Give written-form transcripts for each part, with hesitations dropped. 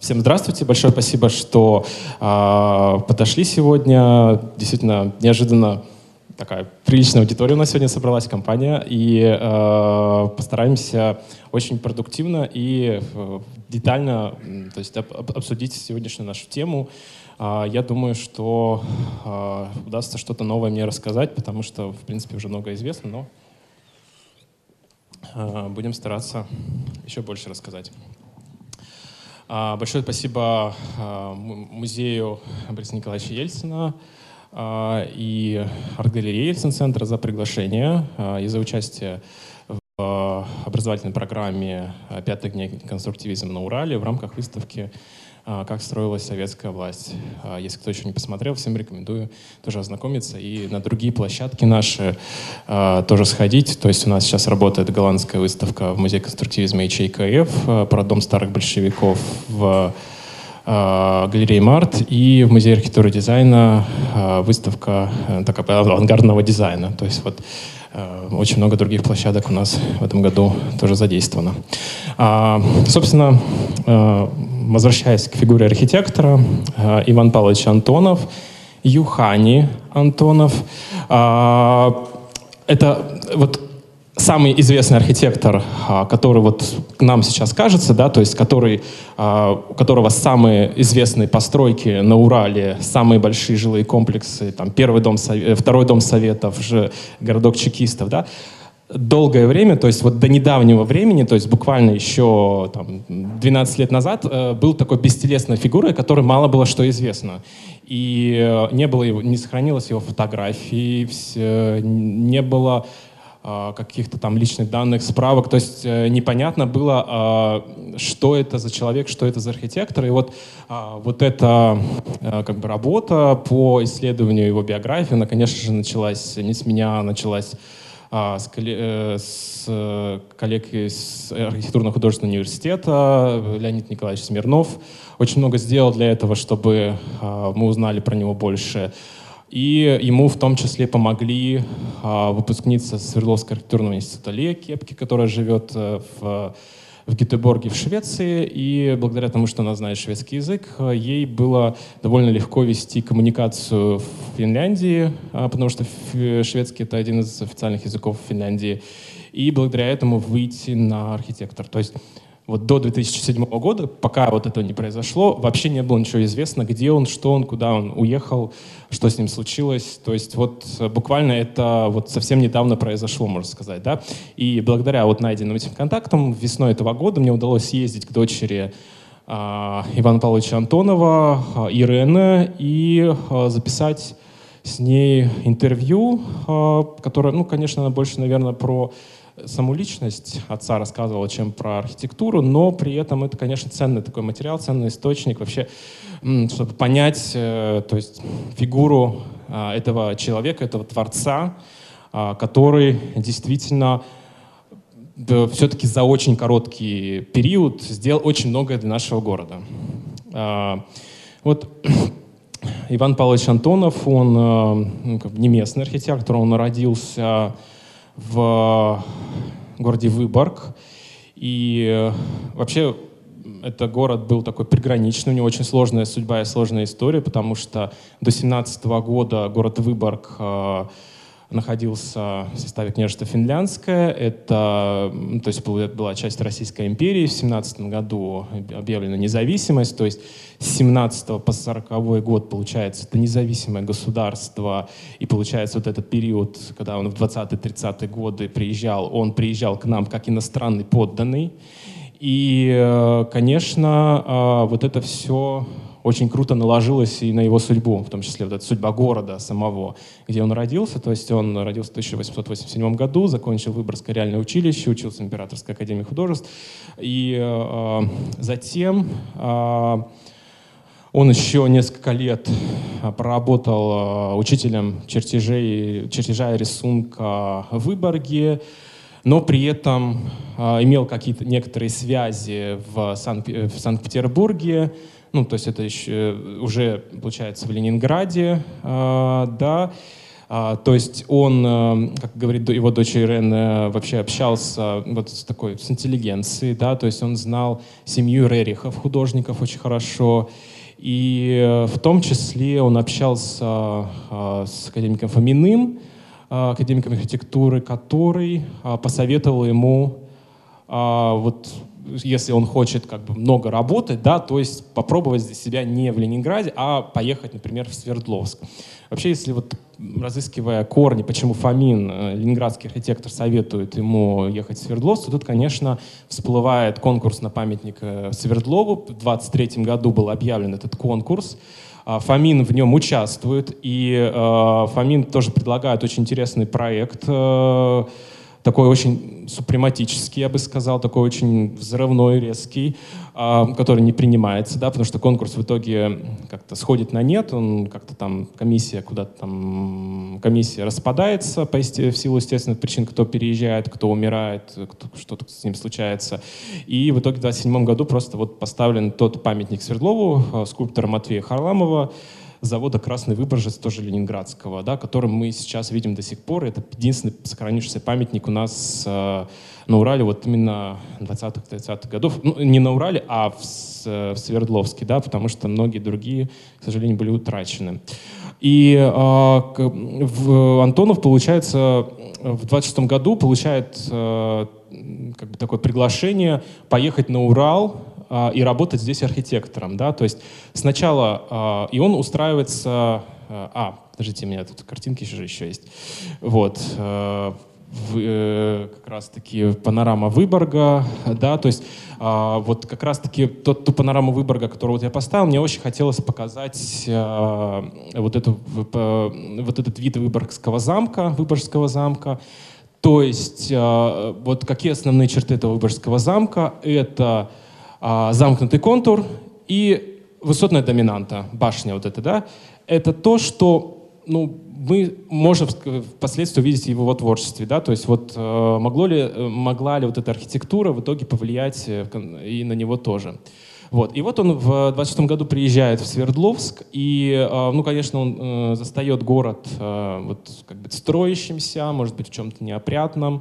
Всем здравствуйте, большое спасибо, что подошли сегодня. Действительно, неожиданно такая приличная аудитория у нас сегодня собралась, компания, и постараемся очень продуктивно и детально, то есть, обсудить сегодняшнюю нашу тему. Я думаю, что удастся что-то новое мне рассказать, потому что, в принципе, уже многое известно, но будем стараться еще больше рассказать. Большое спасибо музею Бориса Николаевича Ельцина и арт-галерее Ельцин-центра за приглашение и за участие в образовательной программе «5 дней конструктивизма на Урале» в рамках выставки «Как строилась советская власть». Если кто еще не посмотрел, всем рекомендую тоже ознакомиться и на другие площадки наши тоже сходить. То есть у нас сейчас работает голландская выставка в Музее конструктивизма ИЧКФ про дом старых большевиков в галерее «Март», и в Музее архитектуры и дизайна выставка такая авангардного дизайна. То есть вот очень много других площадок у нас в этом году тоже задействовано. Собственно, возвращаясь к фигуре архитектора, Иван Павлович Антонов, Юхани Антонов. Это вот самый известный архитектор, который вот нам сейчас кажется, да, то есть у которого самые известные постройки на Урале, самые большие жилые комплексы, там, второй дом Советов, городок чекистов, да. Долгое время, то есть вот до недавнего времени, то есть буквально еще там, 12 лет назад, был такой бестелесной фигурой, о которой мало было что известно. И не сохранилось его фотографий, не было каких-то там личных данных, справок, то есть непонятно было, что это за человек, что это за архитектор. И вот эта как бы работа по исследованию его биографии, она, конечно же, началась не с меня, началась с коллег из архитектурно-художественного университета, Леонид Николаевич Смирнов очень много сделал для этого, чтобы мы узнали про него больше. И ему в том числе помогли выпускница Свердловского архитектурного института Лея Кепки, которая живет в Гетеборге в Швеции, и благодаря тому, что она знает шведский язык, ей было довольно легко вести коммуникацию в Финляндии, потому что шведский — это один из официальных языков Финляндии, и благодаря этому выйти на архитектор. То есть вот до 2007 года, пока вот этого не произошло, вообще не было ничего известно, где он, что он, куда он уехал, что с ним случилось. То есть вот буквально это вот совсем недавно произошло, можно сказать, да. И благодаря вот найденным этим контактам весной этого года мне удалось съездить к дочери Ивана Павловича Антонова, Ирены, и записать с ней интервью, которое, ну, конечно, она больше, наверное, про саму личность отца рассказывала, чем про архитектуру, но при этом это, конечно, ценный такой материал, ценный источник вообще, чтобы понять, то есть фигуру этого человека, этого творца, который действительно все-таки за очень короткий период сделал очень многое для нашего города. Вот Иван Павлович Антонов, он не местный архитектор, он родился в городе Выборг. И вообще этот город был такой приграничный, у него очень сложная судьба и сложная история, потому что до 17 года город Выборг находился в составе княжества Финляндское. Это, то есть была часть Российской империи. В 17 году объявлена независимость. То есть с 17 по 40 год, получается, это независимое государство. И получается вот этот период, когда он в 20-30-е годы приезжал, он приезжал к нам как иностранный подданный. И, конечно, вот это все очень круто наложилось и на его судьбу, в том числе вот эта судьба города самого, где он родился. То есть он родился в 1887 году, закончил Выборгское реальное училище, учился в Императорской академии художеств. И затем он еще несколько лет проработал учителем чертежа и рисунка в Выборге, но при этом имел какие-то некоторые связи в Санкт-Петербурге. Ну, то есть это еще уже, получается, в Ленинграде, да. То есть он, как говорит его дочь Ирен, вообще общался вот с интеллигенцией, да, то есть он знал семью Рерихов, художников, очень хорошо. И в том числе он общался с академиком Фоминым, академиком архитектуры, который посоветовал ему, вот, если он хочет как бы много работать, да, то есть попробовать себя не в Ленинграде, а поехать, например, в Свердловск. Вообще, если вот разыскивая корни, почему Фомин, ленинградский архитектор, советует ему ехать в Свердловск, то тут, конечно, всплывает конкурс на памятник Свердлову. В 1923 году был объявлен этот конкурс. Фомин в нем участвует, и Фомин тоже предлагает очень интересный проект, такой очень супрематический, я бы сказал, такой очень взрывной, резкий, который не принимается, да, потому что конкурс в итоге как-то сходит на нет, он как-то там, комиссия распадается в силу естественных причин, кто переезжает, кто умирает, что-то с ним случается. И в итоге в 1927 году просто вот поставлен тот памятник Свердлову скульптора Матвея Харламова, завода «Красный Выборжец», тоже ленинградского, да, который мы сейчас видим до сих пор. Это единственный сохранившийся памятник у нас на Урале вот именно 20-30-х годов. Ну, не на Урале, а в Свердловске, да, потому что многие другие, к сожалению, были утрачены. И Антонов, получается, в 26 году получает как бы такое приглашение поехать на Урал и работать здесь архитектором, да, то есть сначала и он устраивается, подождите, у меня тут картинки еще есть, вот, как раз-таки панорама Выборга, да, то есть вот как раз-таки ту панораму Выборга, которую вот я поставил, мне очень хотелось показать вот этот вид Выборгского замка, то есть вот какие основные черты этого Выборгского замка, это замкнутый контур и высотная доминанта, башня вот эта, да, это то, что, ну, мы можем впоследствии увидеть в его творчестве, да, то есть вот могла ли вот эта архитектура в итоге повлиять и на него тоже. Вот. И вот он в 26 году приезжает в Свердловск, и, ну, конечно, он застает город вот как бы строящимся, может быть, в чем-то неопрятном,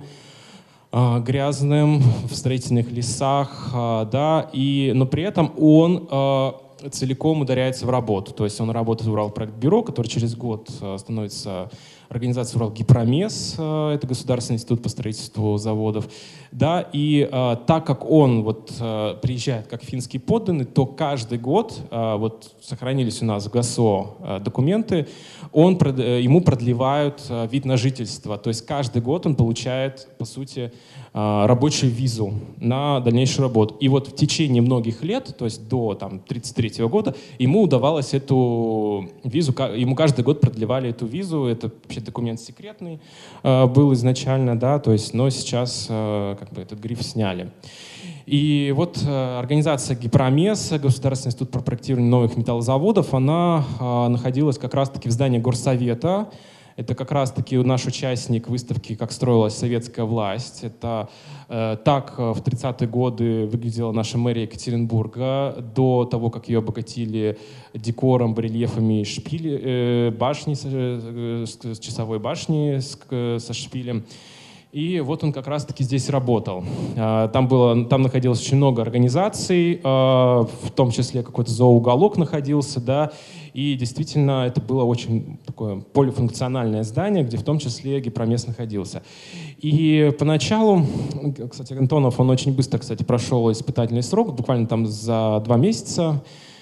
грязным, в строительных лесах, да, но при этом он целиком ударяется в работу. То есть он работает в Уралпроектбюро, который через год становится организацией Уралгипромес, это Государственный институт по строительству заводов. Да, и так как он вот приезжает как финский подданный, то каждый год, вот сохранились у нас в ГАСО документы, ему продлевают вид на жительство. То есть каждый год он получает, по сути, рабочую визу на дальнейшую работу. И вот в течение многих лет, то есть до 1933 года, ему удавалось эту визу, ему каждый год продлевали эту визу. Это вообще документ секретный был изначально, да, то есть, но сейчас как бы этот гриф сняли. И вот организация Гипромес, Государственный институт по проектированию новых металлозаводов, она находилась как раз-таки в здании Горсовета. Это как раз-таки наш участник выставки «Как строилась советская власть». Это так в 30-е годы выглядела наша мэрия Екатеринбурга до того, как ее обогатили декором, барельефами башни, с часовой башни со шпилем. И вот он как раз-таки здесь работал. Там находилось очень много организаций, в том числе какой-то зооуголок находился, да, и действительно это было очень такое полифункциональное здание, где в том числе Гипромес находился. И поначалу, кстати, Антонов, он очень быстро, кстати, прошел испытательный срок, буквально там за 2 месяца.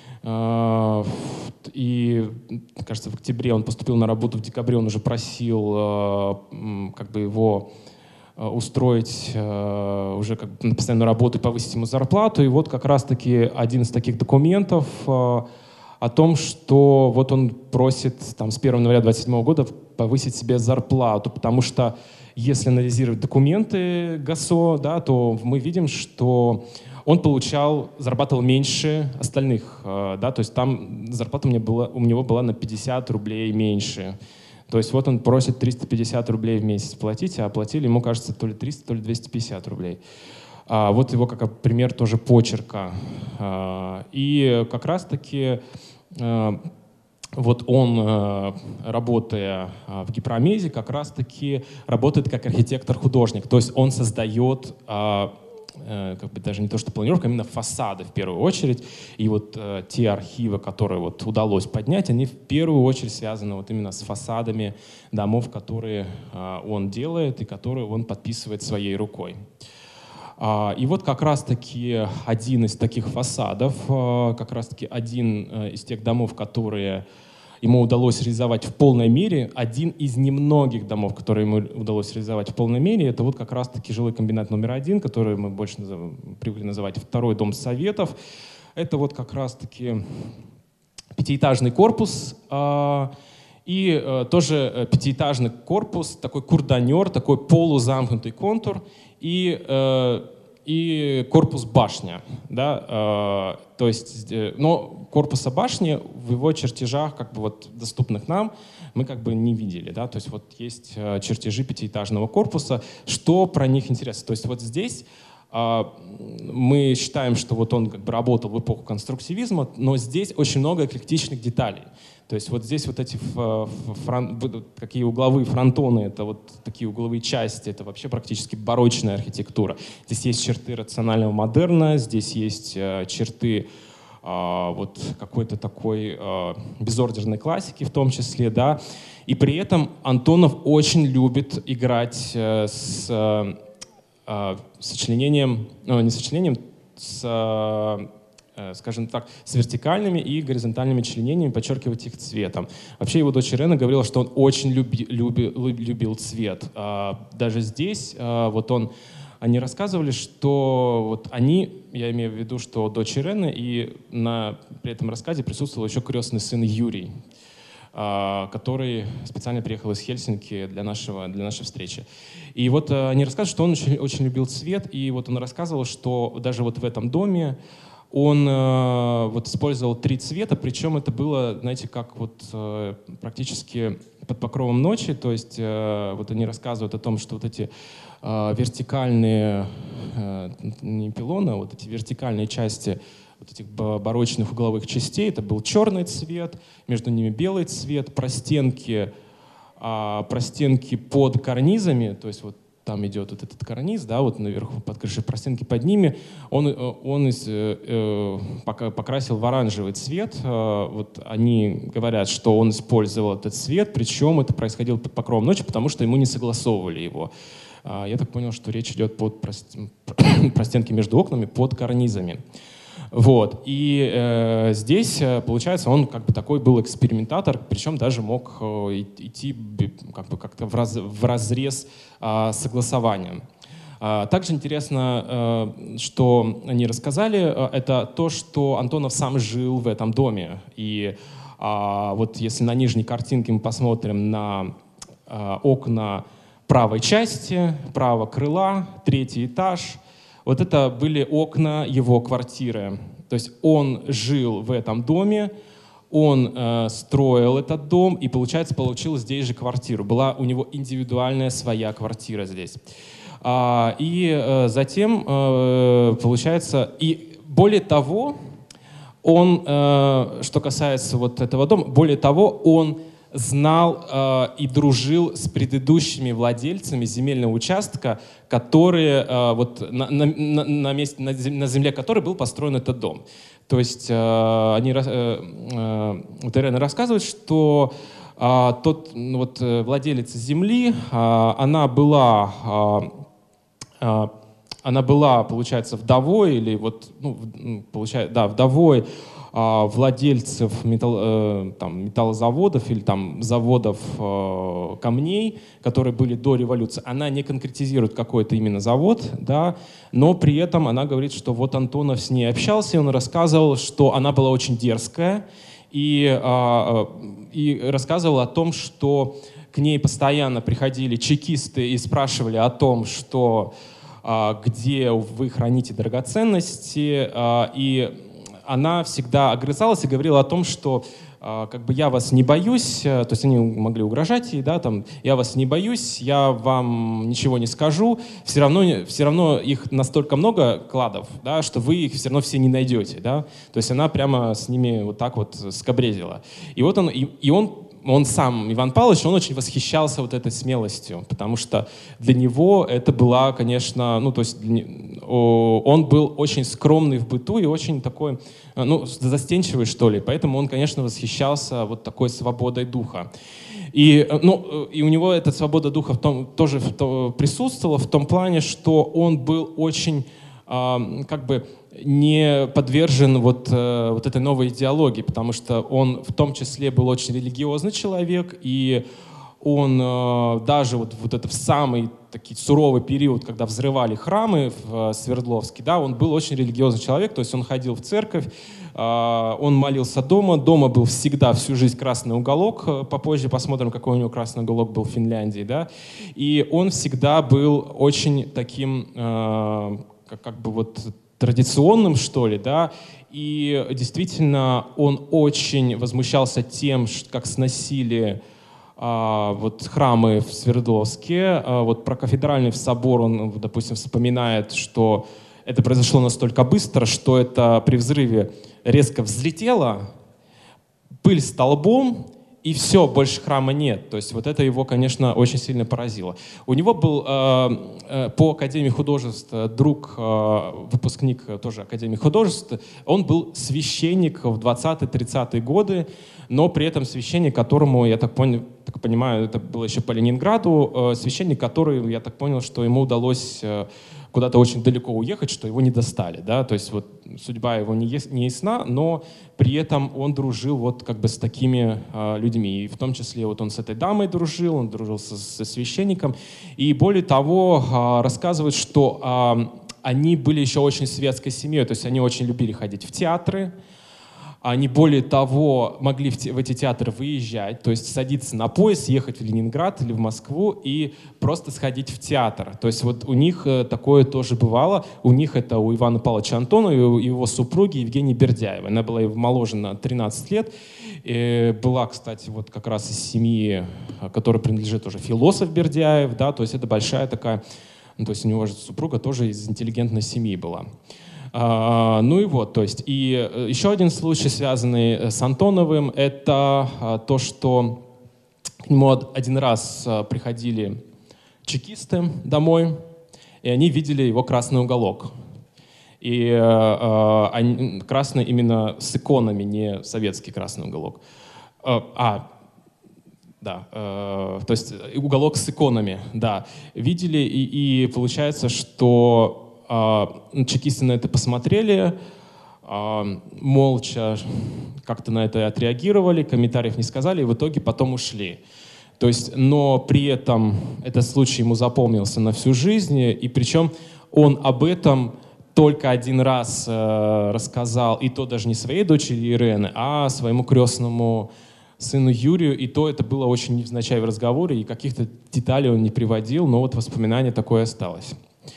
И, кажется, в октябре он поступил на работу, в декабре он уже просил как бы его устроить уже как бы на постоянную работу и повысить ему зарплату. И вот как раз-таки один из таких документов о том, что вот он просит там, с 1 января 1927 года повысить себе зарплату, потому что если анализировать документы ГАСО, да, то мы видим, что он зарабатывал меньше остальных, да, то есть там зарплата у него была на 50 рублей меньше. То есть вот он просит 350 рублей в месяц платить, а оплатили ему, кажется, то ли 300, то ли 250 рублей. Вот его как пример тоже почерка. И как раз-таки вот он, работая в Гипромезе, как раз-таки работает как архитектор-художник. То есть он создает как бы даже не то что планировка, а именно фасады в первую очередь. И вот те архивы, которые вот удалось поднять, они в первую очередь связаны вот именно с фасадами домов, которые он делает и которые он подписывает своей рукой. И вот как раз-таки один из таких фасадов, как раз-таки один из тех домов, которые ему удалось реализовать в полной мере, один из немногих домов, которые ему удалось реализовать в полной мере, это вот как раз-таки жилой комбинат номер 1, который мы больше привыкли называть второй дом Советов. Это вот как раз-таки пятиэтажный корпус, и тоже пятиэтажный корпус, такой курданер, такой полузамкнутый контур, и корпус башня, да, то есть, но корпуса башни в его чертежах, как бы вот доступных нам, мы как бы не видели, да, то есть вот есть чертежи пятиэтажного корпуса, что про них интересно, то есть вот здесь мы считаем, что вот он как бы работал в эпоху конструктивизма, но здесь очень много эклектичных деталей. То есть вот здесь вот эти какие угловые фронтоны, это вот такие угловые части, это вообще практически барочная архитектура. Здесь есть черты рационального модерна, здесь есть черты вот какой-то такой безордерной классики в том числе, да. И при этом Антонов очень любит играть с сочленением, ну, не сочленением, скажем так, с вертикальными и горизонтальными членениями, подчеркивать их цветом. Вообще его дочь Ирена говорила, что он очень любил цвет. Даже здесь вот они рассказывали, что вот они, я имею в виду, что дочь Ирены, и при этом рассказе присутствовал еще крестный сын Юрий, который специально приехал из Хельсинки для нашей встречи. И вот они рассказывают, что он очень, очень любил цвет, и вот он рассказывал, что даже вот в этом доме он вот использовал 3 цвета, причем это было, знаете, как вот практически под покровом ночи, то есть вот они рассказывают о том, что вот эти вертикальные, не пилоны, а вот эти вертикальные части вот этих барочных угловых частей, это был черный цвет, между ними белый цвет, простенки под карнизами, то есть вот там идет вот этот карниз, да, вот наверху под крышей, простенки под ними, он покрасил в оранжевый цвет. Вот они говорят, что он использовал этот цвет, причем это происходило под покровом ночи, потому что ему не согласовывали его. Я так понял, что речь идет под простенки между окнами, под карнизами. Вот. И здесь, получается, он как бы такой был экспериментатор, причем даже мог идти как бы как-то вразрез согласования. Также интересно, что они рассказали, это то, что Антонов сам жил в этом доме. И вот если на нижней картинке мы посмотрим на окна правой части, правого крыла, 3-й этаж, вот это были окна его квартиры. То есть он жил в этом доме, он строил этот дом и, получается, получил здесь же квартиру. Была у него индивидуальная своя квартира здесь. И затем, получается, и более того, он, что касается вот этого дома, более того, он знал и дружил с предыдущими владельцами земельного участка, которые вот на земле которой был построен этот дом. То есть вот Ирена рассказывает, что тот вот владелец земли, она была, получается, вдовой или вот, ну, получается, да, вдовой владельцев металлозаводов или там заводов камней, которые были до революции. Она не конкретизирует какой-то именно завод, да, но при этом она говорит, что вот Антонов с ней общался, и он рассказывал, что она была очень дерзкая, и рассказывал о том, что к ней постоянно приходили чекисты и спрашивали о том, что где вы храните драгоценности, и она всегда огрызалась и говорила о том, что как бы я вас не боюсь, то есть они могли угрожать ей, да, там, я вас не боюсь, я вам ничего не скажу, все равно их настолько много кладов, да, что вы их все равно все не найдете, да, то есть она прямо с ними вот так вот скабрезила. И вот он сам, Иван Павлович, он очень восхищался вот этой смелостью, потому что для него это была, конечно, ну, то есть он был очень скромный в быту и очень такой, ну, застенчивый, что ли, поэтому он, конечно, восхищался вот такой свободой духа. И у него эта свобода духа тоже присутствовала в том плане, что он был очень, как бы, не подвержен вот этой новой идеологии, потому что он в том числе был очень религиозный человек, и он даже вот это в самый такой суровый период, когда взрывали храмы в Свердловске, да, он был очень религиозный человек, то есть он ходил в церковь, он молился дома был всегда, всю жизнь красный уголок, попозже посмотрим, какой у него красный уголок был в Финляндии, да, и он всегда был очень таким, как бы вот традиционным, что ли, да, и действительно он очень возмущался тем, как сносили вот храмы в Свердловске. Вот про кафедральный собор он, допустим, вспоминает, что это произошло настолько быстро, что это при взрыве резко взлетело, пыль столбом, и все, больше храма нет. То есть вот это его, конечно, очень сильно поразило. У него был по Академии художеств друг, выпускник тоже Академии художеств, он был священник в 20-30-е годы, но при этом священник, которому, я так понимаю, это было еще по Ленинграду, священник, который, я так понял, что ему удалось куда-то очень далеко уехать, что его не достали, да, то есть вот судьба его не ясна, но при этом он дружил вот как бы с такими людьми, и в том числе вот он с этой дамой дружил, он дружил со священником, и более того рассказывают, что они были еще очень светской семьей, то есть они очень любили ходить в театры. Они, более того, могли в эти театры выезжать, то есть садиться на поезд, ехать в Ленинград или в Москву и просто сходить в театр. То есть вот у них такое тоже бывало. У них это у Ивана Павловича Антонова и его супруги Евгении Бердяевой. Она была моложе на 13 лет. И была, кстати, вот как раз из семьи, которой принадлежит тоже философ Бердяев. Да, то есть это большая такая... Ну, то есть у него же супруга тоже из интеллигентной семьи была. Ну и вот, то есть, и еще один случай, связанный с Антоновым, это то, что к нему один раз приходили чекисты домой, и они видели его красный уголок. И красный именно с иконами, не советский красный уголок. Да, то есть уголок с иконами, да. Видели, и получается, что чекисты на это посмотрели, молча как-то на это отреагировали, комментариев не сказали, и в итоге потом ушли. То есть, но при этом этот случай ему запомнился на всю жизнь, и причем он об этом только один раз рассказал, и то даже не своей дочери Ирене, а своему крестному сыну Юрию, и то это было очень невзначай в разговоре, и каких-то деталей он не приводил, но вот воспоминание такое осталось.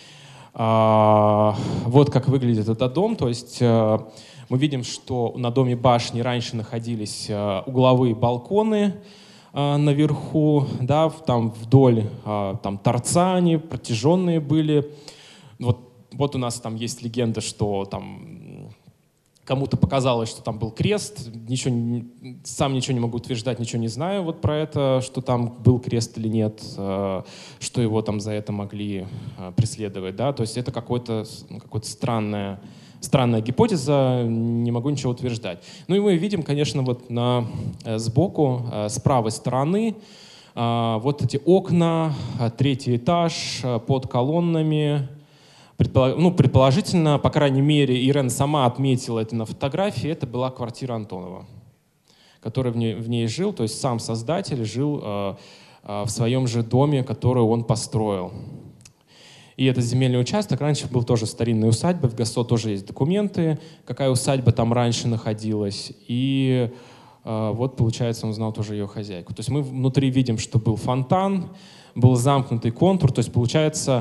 Вот как выглядит этот дом, то есть мы видим, что на доме башни раньше находились угловые балконы наверху, да, там вдоль там торца они протяженные были. Вот у нас там есть легенда, что там кому-то показалось, что там был крест. Сам ничего не могу утверждать, ничего не знаю вот про это, что там был крест или нет, что его там за это могли преследовать. Да? То есть это какая-то странная гипотеза, не могу ничего утверждать. Ну и мы видим, конечно, вот сбоку, с правой стороны, вот эти окна, 3-й этаж, под колоннами. Предположительно, по крайней мере, Ирена сама отметила это на фотографии, это была квартира Антонова, который в ней жил, то есть сам создатель жил в своем же доме, который он построил. И этот земельный участок раньше был тоже старинной усадьбой, в ГАСО тоже есть документы, какая усадьба там раньше находилась. И вот, получается, он знал тоже ее хозяйку. То есть мы внутри видим, что был фонтан, был замкнутый контур, то есть, получается,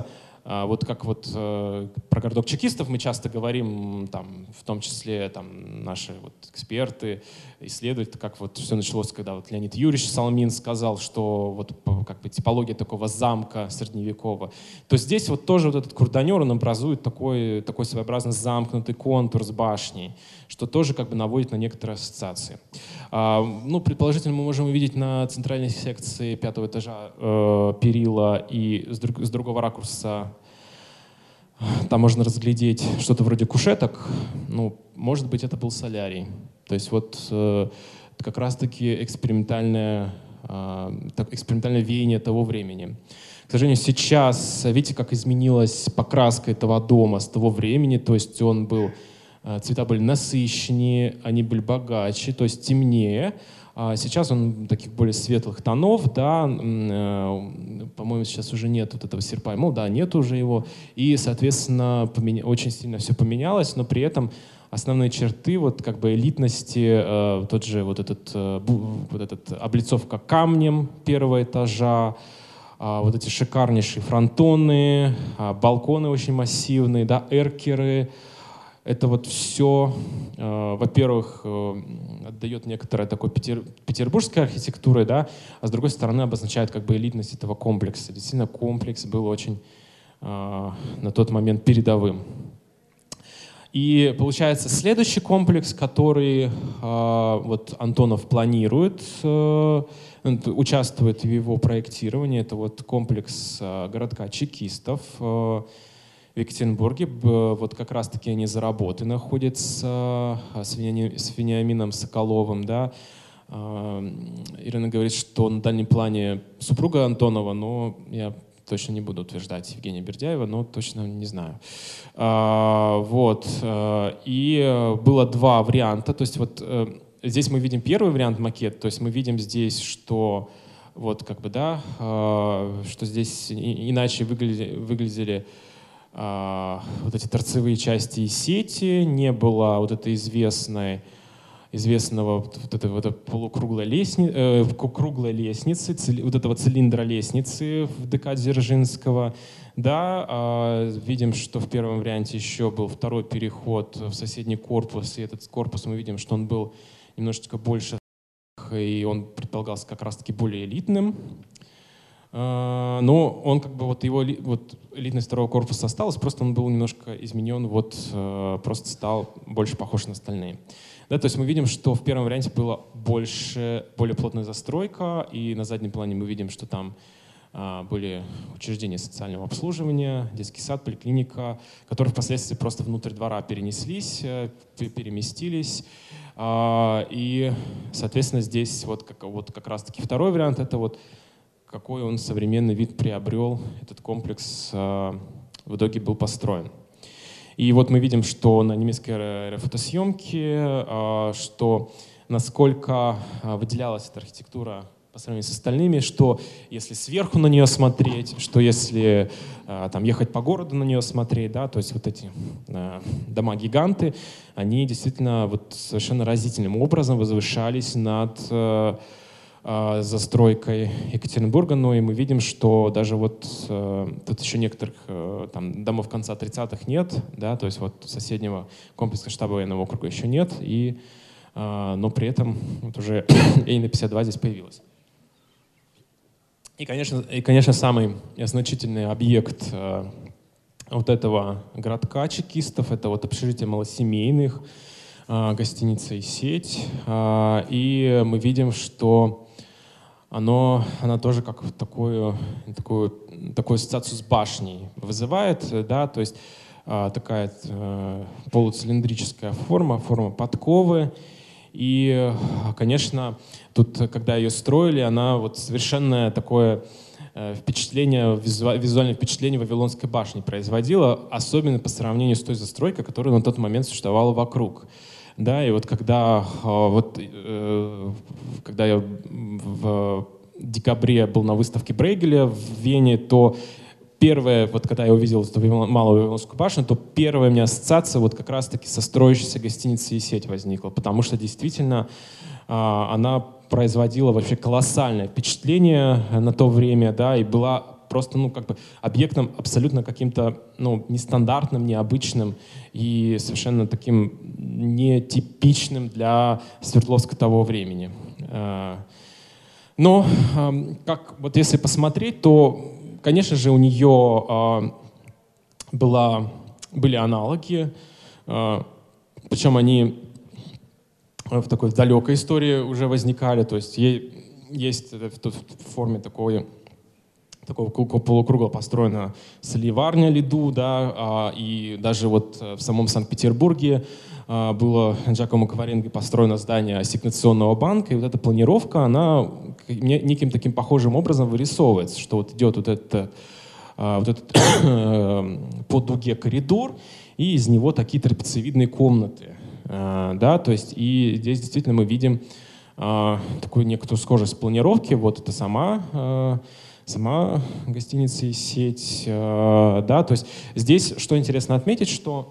Вот как вот про городок чекистов мы часто говорим, там, в том числе там, наши вот эксперты, исследователи, как вот все началось, когда вот Леонид Юрьевич Соломин сказал, что вот как бы типология такого замка средневекового, то здесь вот тоже вот этот курданер, он образует такой своеобразно замкнутый контур с башней, что тоже как бы наводит на некоторые ассоциации. Ну, предположительно, мы можем увидеть на центральной секции 5-го этажа перила, и с другого ракурса там можно разглядеть что-то вроде кушеток. Ну, может быть, это был солярий. То есть вот как раз-таки экспериментальное веяние того времени. К сожалению, сейчас, видите, как изменилась покраска этого дома с того времени, то есть цвета были насыщеннее, они были богаче, то есть темнее. А сейчас он таких более светлых тонов, да, по-моему, сейчас уже нет вот этого серпа и молот, да, нет уже его, и, соответственно, очень сильно все поменялось, но при этом основные черты вот как бы элитности, тот же вот этот облицовка камнем первого этажа, вот эти шикарнейшие фронтоны, балконы очень массивные, да, эркеры. Это вот все, во-первых, отдает некоторой такой петербургской архитектурой, да, а с другой стороны обозначает как бы элитность этого комплекса. Действительно, комплекс был очень на тот момент передовым. И получается следующий комплекс, который вот Антонов планирует, участвует в его проектировании, это вот комплекс городка чекистов в Екатеринбурге. Вот как раз-таки они за работой находятся с Вениамином Соколовым. Да. Ирина говорит, что на дальнем плане супруга Антонова, но я точно не буду утверждать Евгения Бердяева, но точно не знаю. Вот. И было два варианта. То есть вот здесь мы видим первый вариант макет, то есть мы видим здесь, что вот как бы, да, что здесь иначе выглядели вот эти торцевые части и сети, не было вот этой известного вот этой полукруглой круглой лестницы, вот этого цилиндра лестницы в ДК Дзержинского. Да, видим, что в первом варианте еще был второй переход в соседний корпус, и этот корпус мы видим, что он был немножечко больше, и он предполагался как раз-таки более элитным. Но он как бы вот его элитность второго корпуса осталась, просто он был немножко изменен, вот просто стал больше похож на остальные. Да, то есть мы видим, что в первом варианте была более плотная застройка, и на заднем плане мы видим, что там были учреждения социального обслуживания, детский сад, поликлиника, которые впоследствии просто внутрь двора переместились. И, соответственно, здесь вот как раз-таки второй вариант — это вот какой он современный вид приобрел, этот комплекс в итоге был построен. И вот мы видим, что на немецкой аэрофотосъемке, что насколько выделялась эта архитектура по сравнению с остальными, что если сверху на нее смотреть, что если там ехать по городу на нее смотреть, да, то есть вот эти дома-гиганты, они действительно вот совершенно разительным образом возвышались над застройкой Екатеринбурга, но и мы видим, что даже вот тут еще некоторых там домов конца 30-х нет, да, то есть вот соседнего комплекса штаба военного округа еще нет, но при этом вот уже Ленина-52 здесь появилась. И, конечно, самый значительный объект вот этого городка чекистов — это вот общежитие малосемейных, гостиница и сеть. И мы видим, что она тоже как такую ассоциацию с башней вызывает, да, то есть такая полуцилиндрическая форма подковы. И, конечно, тут, когда ее строили, она вот совершенно такое визуальное впечатление Вавилонской башни производила, особенно по сравнению с той застройкой, которая на тот момент существовала вокруг. Да, и вот когда я в декабре был на выставке Брейгеля в Вене, то первое, вот когда я увидел эту малую Вавилонскую башню, то первая у меня ассоциация вот как раз-таки со строящейся гостиницей и сеть возникла, потому что действительно она производила вообще колоссальное впечатление на то время, да, и была просто, ну, как бы объектом абсолютно каким-то, ну, нестандартным, необычным и совершенно таким нетипичным для Свердловска того времени. Но, как вот если посмотреть, то, конечно же, у нее были аналоги, причем они в такой далекой истории уже возникали, то есть есть в форме такого полукруга построена соливарня Лиду, да, и даже вот в самом Санкт-Петербурге было Джакомо Кваринги построено здание ассигнационного банка, и вот эта планировка, она неким таким похожим образом вырисовывается, что вот идет вот этот по дуге коридор, и из него такие трапециевидные комнаты. Да, то есть и здесь действительно мы видим такую некоторую схожесть планировки. Вот это сама гостиница и сеть. Да, то есть здесь, что интересно отметить, что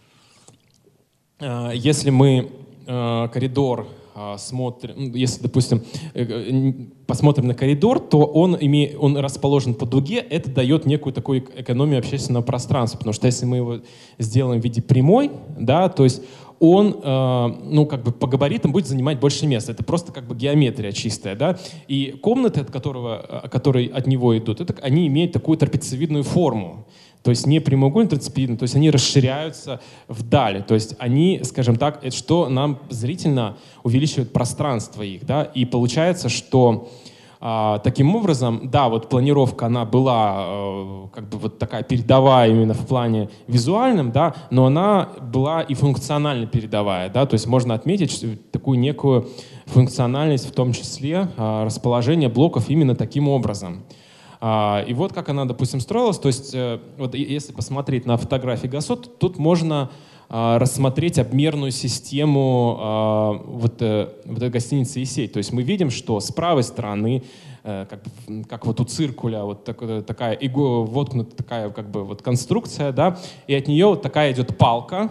если мы коридор смотрим, если, допустим, посмотрим на коридор, то он расположен по дуге, это дает некую такую экономию общественного пространства, потому что если мы его сделаем в виде прямой, да, то есть он, ну, как бы по габаритам будет занимать больше места. Это просто как бы геометрия чистая, да. И комнаты, которые от него идут, они имеют такую трапециевидную форму. То есть не прямоугольно трапециевидную, то есть они расширяются вдаль. То есть они, скажем так, это что нам зрительно увеличивает пространство их, да. И получается, что таким образом, да, вот планировка, она была как бы вот такая передовая именно в плане визуальном, да, но она была и функционально передовая, да, то есть можно отметить такую некую функциональность, в том числе расположение блоков именно таким образом. И вот как она, допустим, строилась, то есть вот если посмотреть на фотографии Гасот, тут можно рассмотреть обмерную систему вот этой гостиницы и сеть. То есть мы видим, что с правой стороны, как вот у циркуля, вот такая воткнута такая как бы вот конструкция, да, и от нее вот такая идет палка,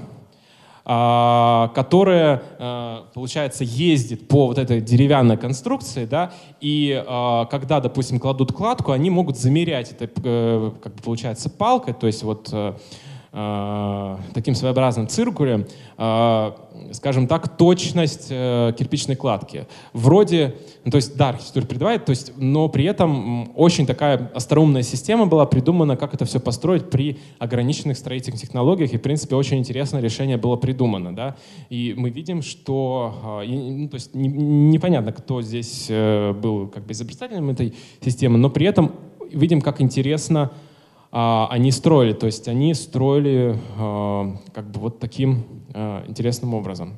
которая, получается, ездит по вот этой деревянной конструкции, да, и когда, допустим, кладут кладку, они могут замерять это, как бы получается, палкой, то есть вот таким своеобразным циркулем, скажем так, точность кирпичной кладки. Вроде, ну, то есть, да, архитектура передавает, то есть, но при этом очень такая остроумная система была придумана, как это все построить при ограниченных строительных технологиях, и, в принципе, очень интересное решение было придумано, да, и мы видим, что, ну, то есть, непонятно, кто здесь был как бы изобретателем этой системы, но при этом видим, как интересно они строили, то есть они строили как бы вот таким интересным образом.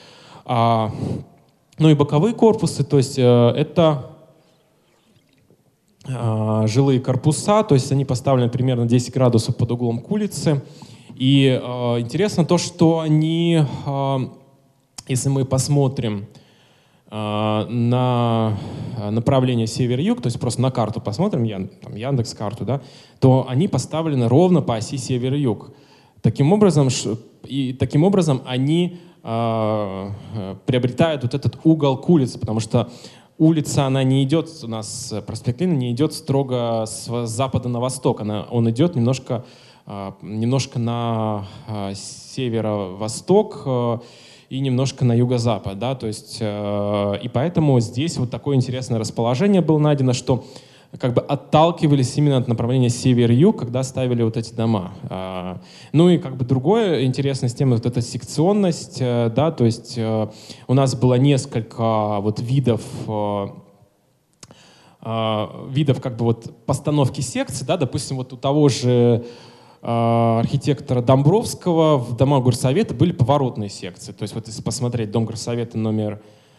Ну и боковые корпусы, то есть это жилые корпуса, то есть они поставлены примерно 10 градусов под углом к улице. И интересно то, что они, если мы посмотрим на направление север-юг, то есть просто на карту посмотрим, Яндекс.Карту, да, то они поставлены ровно по оси север-юг. Таким образом они приобретают вот этот угол к улице, потому что улица, она не идет у нас, проспект Ленина не идет строго с запада на восток, он идет немножко на северо-восток, и немножко на юго-запад, да, то есть, и поэтому здесь вот такое интересное расположение было найдено, что как бы отталкивались именно от направления север-юг, когда ставили вот эти дома. Ну и как бы другое интересная тема, вот эта секционность, да, то есть у нас было несколько вот видов как бы вот постановки секций, да, допустим, вот у того же архитектора Домбровского в домах горсовета были поворотные секции. То есть вот если посмотреть дом горсовета номер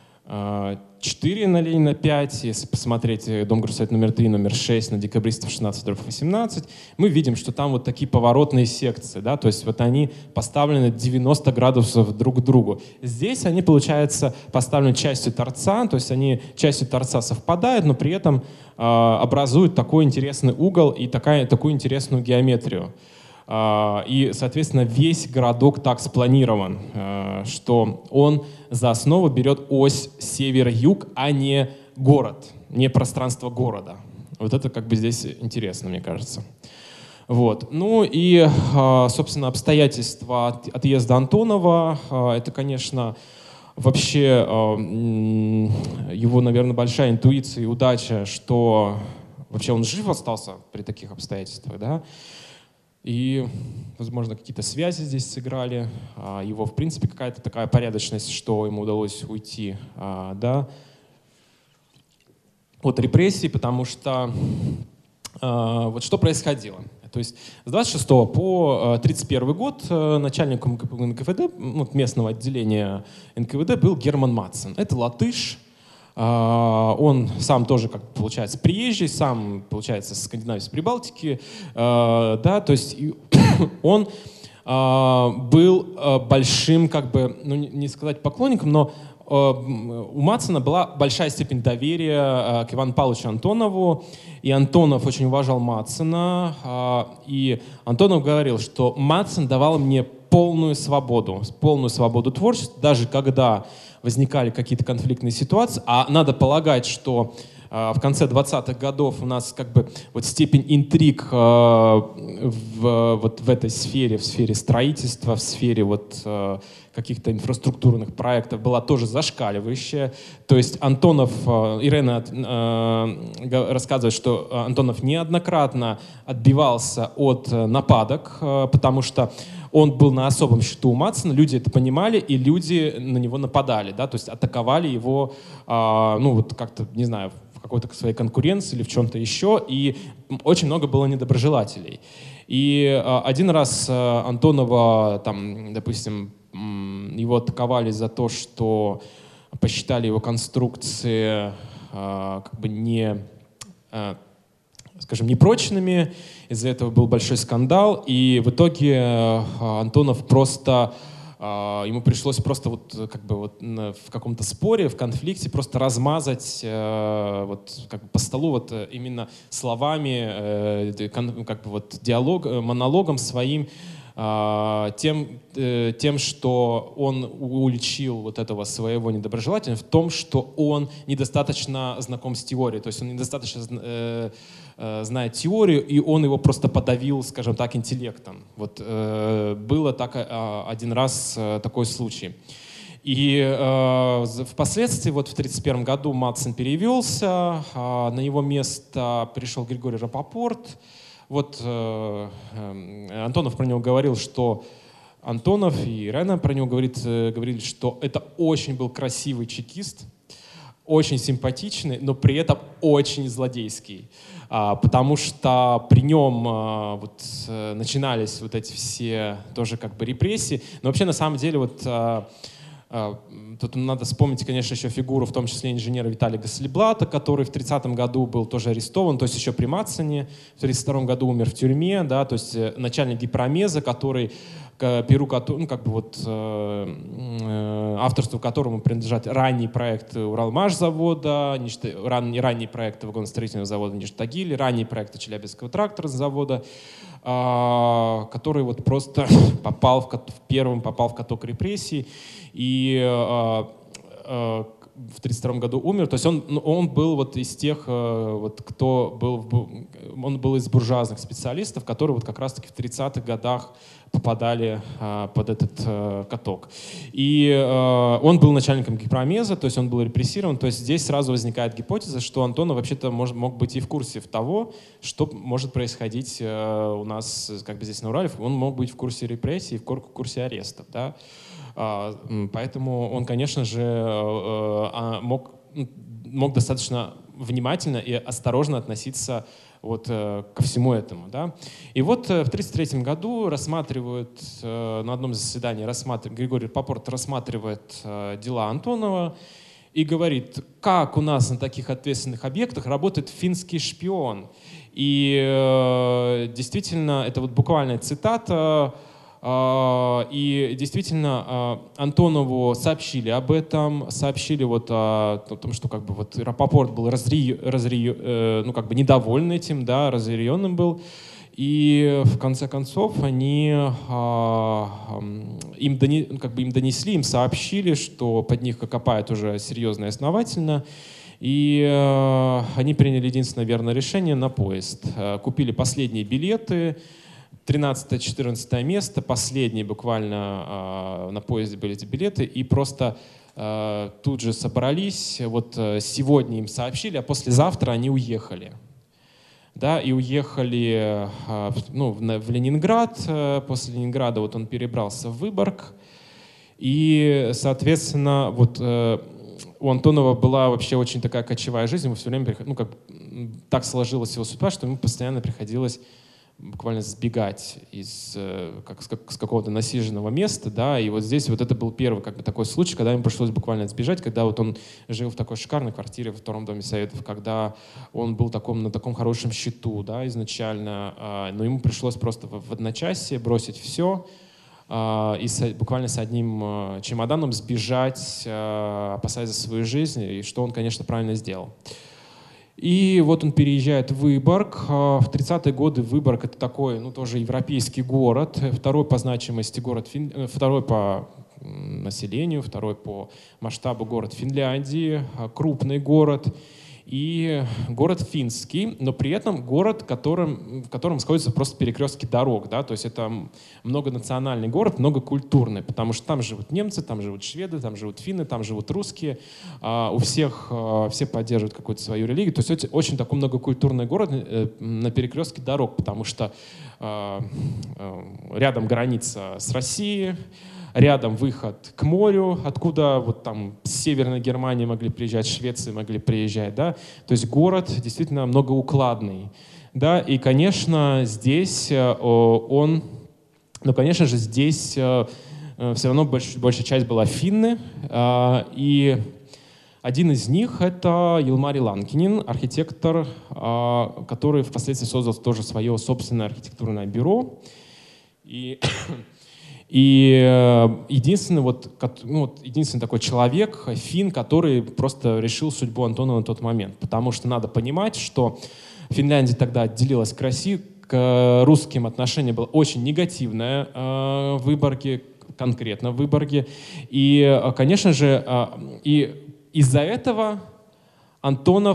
4 на Ленина 5, если посмотреть дом горсовета номер 3, номер 6 на Декабристов 16/18, мы видим, что там вот такие поворотные секции, да, то есть вот они поставлены 90 градусов друг к другу. Здесь они, получается, поставлены частью торца, то есть они частью торца совпадают, но при этом образуют такой интересный угол и такую интересную геометрию. И, соответственно, весь городок так спланирован, что он за основу берет ось север-юг, а не город, не пространство города. Вот это как бы здесь интересно, мне кажется. Вот. Ну и, собственно, обстоятельства отъезда Антонова, это, конечно, вообще его, наверное, большая интуиция и удача, что вообще он жив остался при таких обстоятельствах, да, и, возможно, какие-то связи здесь сыграли, его, в принципе, какая-то такая порядочность, что ему удалось уйти, да, от репрессий, потому что вот что происходило. То есть с 26 по 31 год начальником НКВД, местного отделения НКВД был Герман Мацен. Это латыш. Он сам тоже, как получается, приезжий, сам, получается, с Скандинавии, с Прибалтики. Да, то есть он был большим, как бы, ну не сказать поклонником, но у Мацена была большая степень доверия к Ивану Павловичу Антонову, и Антонов очень уважал Мацена, и Антонов говорил, что Мацен давал мне полную свободу творчества, даже когда возникали какие-то конфликтные ситуации, а надо полагать, что в конце 20-х годов у нас как бы вот степень интриг вот в этой сфере, в сфере строительства, в сфере вот каких-то инфраструктурных проектов была тоже зашкаливающая. То есть Антонов, Ирена рассказывает, что Антонов неоднократно отбивался от нападок, потому что он был на особом счету у Мацена, люди это понимали, и люди на него нападали, да, то есть атаковали его, ну вот как-то, не знаю, в какой-то своей конкуренции или в чем-то еще, и очень много было недоброжелателей. И один раз Антонова, там, допустим, его атаковали за то, что посчитали его конструкции как бы не, скажем, непрочными. Из-за этого был большой скандал, и в итоге Антонов просто, ему пришлось просто вот как бы вот в каком-то споре, в конфликте просто размазать вот как бы по столу вот именно словами, как бы вот монологом своим, тем, что он уличил вот этого своего недоброжелателя в том, что он недостаточно знаком с теорией, то есть он недостаточно знает теорию, и он его просто подавил, скажем так, интеллектом. Вот было так один раз такой случай. И впоследствии, вот в 1931 году Мацен перевелся, на его место пришел Григорий Рапопорт. Вот Антонов про него говорил, что Антонов и Ирена про него говорили, что это очень был красивый чекист, очень симпатичный, но при этом очень злодейский. Потому что при нем вот, начинались вот эти все тоже как бы репрессии. Но вообще на самом деле вот тут надо вспомнить, конечно, еще фигуру, в том числе инженера Виталия Гаслиблата, который в 30-м году был тоже арестован, то есть еще при Мацене, в 32-м году умер в тюрьме, да, то есть начальник Гипромеза, который, перу, ну, как бы вот, авторству которому принадлежат ранние проекты Уралмашзавода, ранние проекты вагоностроительного завода Ништагиль, ранние проекты Челябинского тракторного завода, который вот просто попал в каток репрессий и в 1932 году умер. То есть он был вот из тех, вот, кто был, он был из буржуазных специалистов, которые вот как раз-таки в 30-х годах попадали под этот каток. И он был начальником Гипромеза, то есть он был репрессирован. То есть здесь сразу возникает гипотеза, что Антонов вообще-то мог быть и в курсе того, что может происходить у нас как бы здесь на Урале. Он мог быть в курсе репрессий, в курсе арестов. Да? Поэтому он, конечно же, мог достаточно внимательно и осторожно относиться вот ко всему этому. Да? И вот в 1933 году на одном заседании Григорий Рапопорт рассматривает дела Антонова и говорит, как у нас на таких ответственных объектах работает финский шпион. И действительно, это вот буквальная цитата. И действительно Антонову сообщили об этом, сообщили вот о том, что как бы вот Рапопорт был ну, как бы недоволен этим, да, разъяренным был. И в конце концов им донесли, им сообщили, что под них копают уже серьезно и основательно. И они приняли единственное верное решение на поезд. Купили последние билеты, 13-14 место, последние буквально на поезде были эти билеты, и просто тут же собрались, вот сегодня им сообщили, а послезавтра они уехали. Да, и уехали в Ленинград, после Ленинграда вот он перебрался в Выборг, и, соответственно, вот у Антонова была вообще очень такая кочевая жизнь, ему все время, так сложилась его судьба, что ему постоянно приходилось буквально сбегать с какого-то насиженного места, да, и вот здесь вот это был первый такой случай, когда ему пришлось буквально сбежать, когда вот он жил в такой шикарной квартире во втором доме Советов, когда он был на таком хорошем счету, да, изначально, но ему пришлось просто в одночасье бросить все и буквально с одним чемоданом сбежать, опасаясь за свою жизнь, и что он, конечно, правильно сделал. И вот он переезжает в Выборг. В 30-е годы Выборг — это такой, тоже европейский город, второй по значимости город, второй по населению, второй по масштабу город Финляндии, крупный город. И город финский, но при этом город, в котором сходятся просто перекрестки дорог. Да? То есть это многонациональный город, многокультурный, потому что там живут немцы, там живут шведы, там живут финны, там живут русские. У всех все поддерживают какую-то свою религию. То есть это очень такой многокультурный город на перекрестке дорог, потому что рядом граница с Россией, рядом выход к морю, откуда вот там с Северной Германии могли приезжать, Швеции могли приезжать, да, то есть город действительно многоукладный, да, и, конечно, здесь конечно же, здесь все равно большая часть была финны, и один из них — это Илмари Ланкинен, архитектор, который впоследствии создал тоже свое собственное архитектурное бюро, и единственный такой человек, финн, который просто решил судьбу Антонова на тот момент. Потому что надо понимать, что Финляндия тогда отделилась к России, к русским отношение было очень негативное в Выборге, конкретно в Выборге. И, конечно же, из-за этого Антонов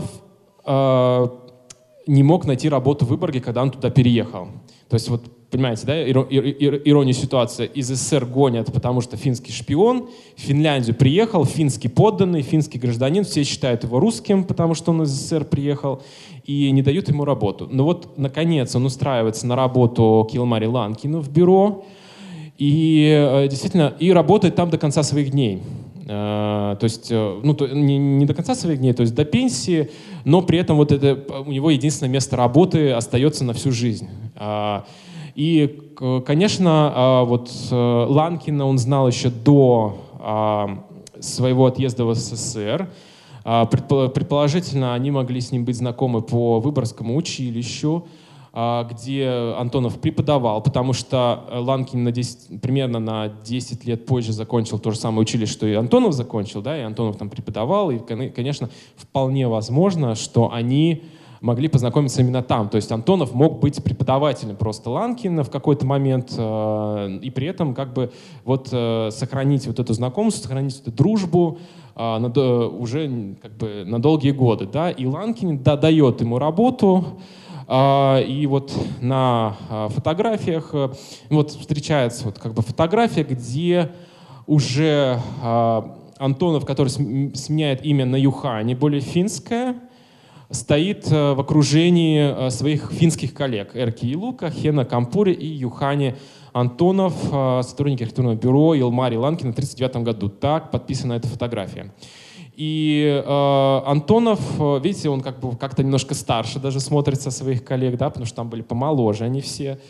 не мог найти работу в Выборге, когда он туда переехал. То есть вот, понимаете, да, ирония ситуации. Из СССР гонят, потому что финский шпион, в Финляндию приехал, финский подданный, финский гражданин, все считают его русским, потому что он из СССР приехал, и не дают ему работу. Но вот, наконец, он устраивается на работу к Илмари Ланкину в бюро, и действительно, и работает там до конца своих дней. То есть, не до конца своих дней, то есть до пенсии, но при этом вот это у него единственное место работы остается на всю жизнь. И, конечно, вот Ланкина он знал еще до своего отъезда в СССР. Предположительно, они могли с ним быть знакомы по Выборгскому училищу, где Антонов преподавал, потому что Ланкин примерно на 10 лет позже закончил то же самое училище, что и Антонов закончил, да, и Антонов там преподавал, и, конечно, вполне возможно, что они могли познакомиться именно там. То есть Антонов мог быть преподавателем просто Ланкина в какой-то момент, и при этом сохранить вот это знакомство, сохранить эту дружбу уже на долгие годы. Да? И Ланкин дает ему работу, и вот на фотографиях встречается фотография, где уже Антонов, который сменяет имя на Юхани, более финское, стоит в окружении своих финских коллег Эрки Илука, Хена Кампури и Юхани Антонов, сотрудники архитектурного бюро Илмари Ланкина в 1939 году. Так подписана эта фотография. И Антонов, видите, он как-то немножко старше даже смотрится своих коллег, да, потому что там были помоложе они все.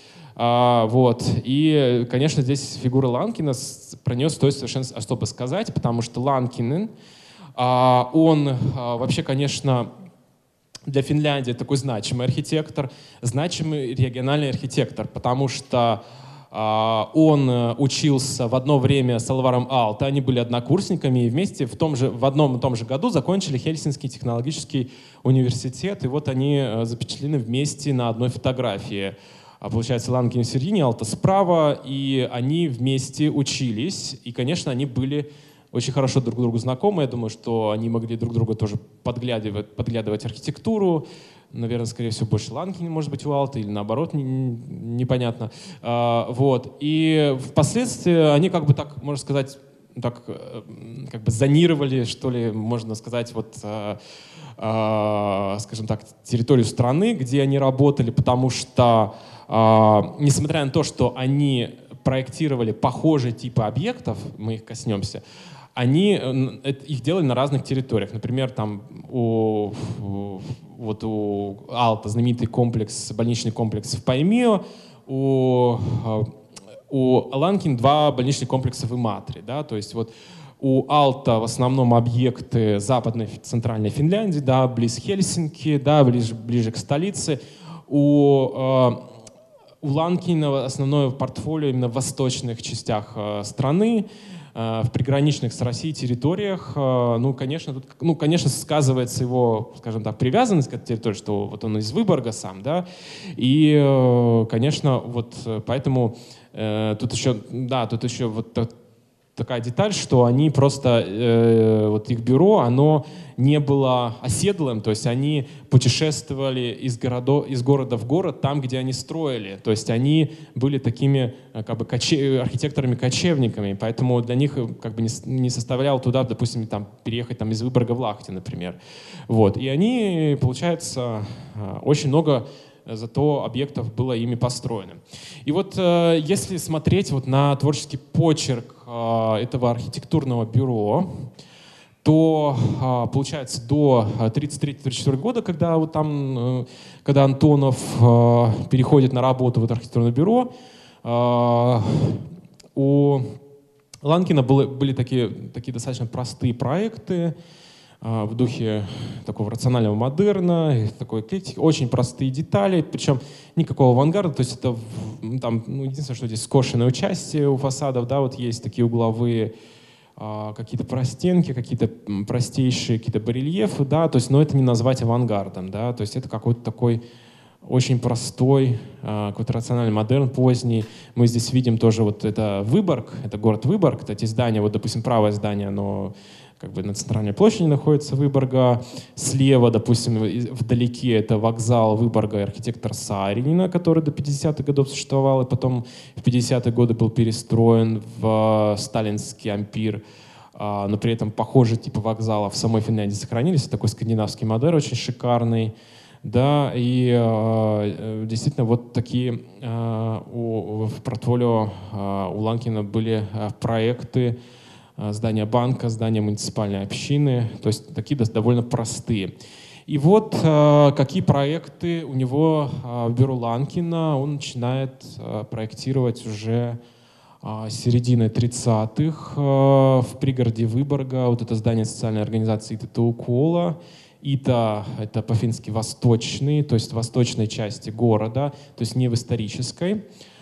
И, конечно, здесь фигура Ланкина, про нее стоит совершенно особо сказать, потому что Ланкинен, он вообще, конечно, для Финляндии такой значимый архитектор, значимый региональный архитектор, потому что он учился в одно время с Алваром Aalto, они были однокурсниками и вместе в одном и том же году закончили Хельсинский технологический университет, и вот они запечатлены вместе на одной фотографии. Получается, Ланкин в середине, Aalto справа, и они вместе учились, и, конечно, они были очень хорошо друг другу знакомы. Я думаю, что они могли друг друга тоже подглядывать архитектуру. Наверное, скорее всего, больше Ланкин, может быть, у Алта, или наоборот, непонятно. Вот. И впоследствии они как бы так, можно сказать, так как бы зонировали, что ли, можно сказать, вот, скажем так, территорию страны, где они работали, потому что, несмотря на то, что они проектировали похожие типы объектов, мы их коснемся, они их делали на разных территориях. Например, там у Алта знаменитый комплекс, больничный комплекс в Паймио, у Ланкин 2 больничных комплекса в Иматре. Да? То есть вот у Алта в основном объекты западной центральной Финляндии, да, близ Хельсинки, да, ближе к столице. У Ланкина основное портфолио именно в восточных частях страны, в приграничных с Россией территориях. Ну, конечно, сказывается его, скажем так, привязанность к этой территории, что вот он из Выборга сам, да, и, конечно, вот поэтому тут еще вот такая деталь, что они просто, вот их бюро, оно не было оседлым, то есть они путешествовали из города в город там, где они строили, то есть они были такими как бы архитекторами-кочевниками, поэтому для них как бы не составляло туда, допустим, там, переехать там, из Выборга в Лахти, например. Вот. И они, получается, очень много зато объектов было ими построено. И вот если смотреть вот на творческий почерк этого архитектурного бюро, то получается до 1933-1934 года, когда вот там, когда Антонов переходит на работу в это архитектурное бюро, у Ланкина были такие достаточно простые проекты в духе такого рационального модерна, такой эклектики, очень простые детали, причем никакого авангарда, то есть это там, ну, единственное, что здесь скошенное участие у фасадов, да, вот есть такие угловые какие-то простенки, какие-то простейшие какие-то барельефы, да, то есть, но это не назвать авангардом, да, то есть это какой-то такой очень простой, какой-то рациональный модерн поздний. Мы здесь видим тоже вот это Выборг, это город Выборг, эти здания, вот, допустим, правое здание, оно как бы на центральной площади находится Выборга. Слева, допустим, вдалеке это вокзал Выборга и архитектор Сааринина, который до 50-х годов существовал, и потом в 50-е годы был перестроен в сталинский ампир. Но при этом похожие типы вокзала в самой Финляндии сохранились. Такой скандинавский модель очень шикарный. Да, и действительно вот такие в портфолио у Ланкина были проекты здания банка, здания муниципальной общины, то есть такие довольно простые. И вот какие проекты у него в бюро Ланкина. Он начинает проектировать уже с середины 30-х в пригороде Выборга. Вот это здание социальной организации Itä-Tuukkuola. Ита — это по-фински восточный, то есть в восточной части города, то есть не в исторической.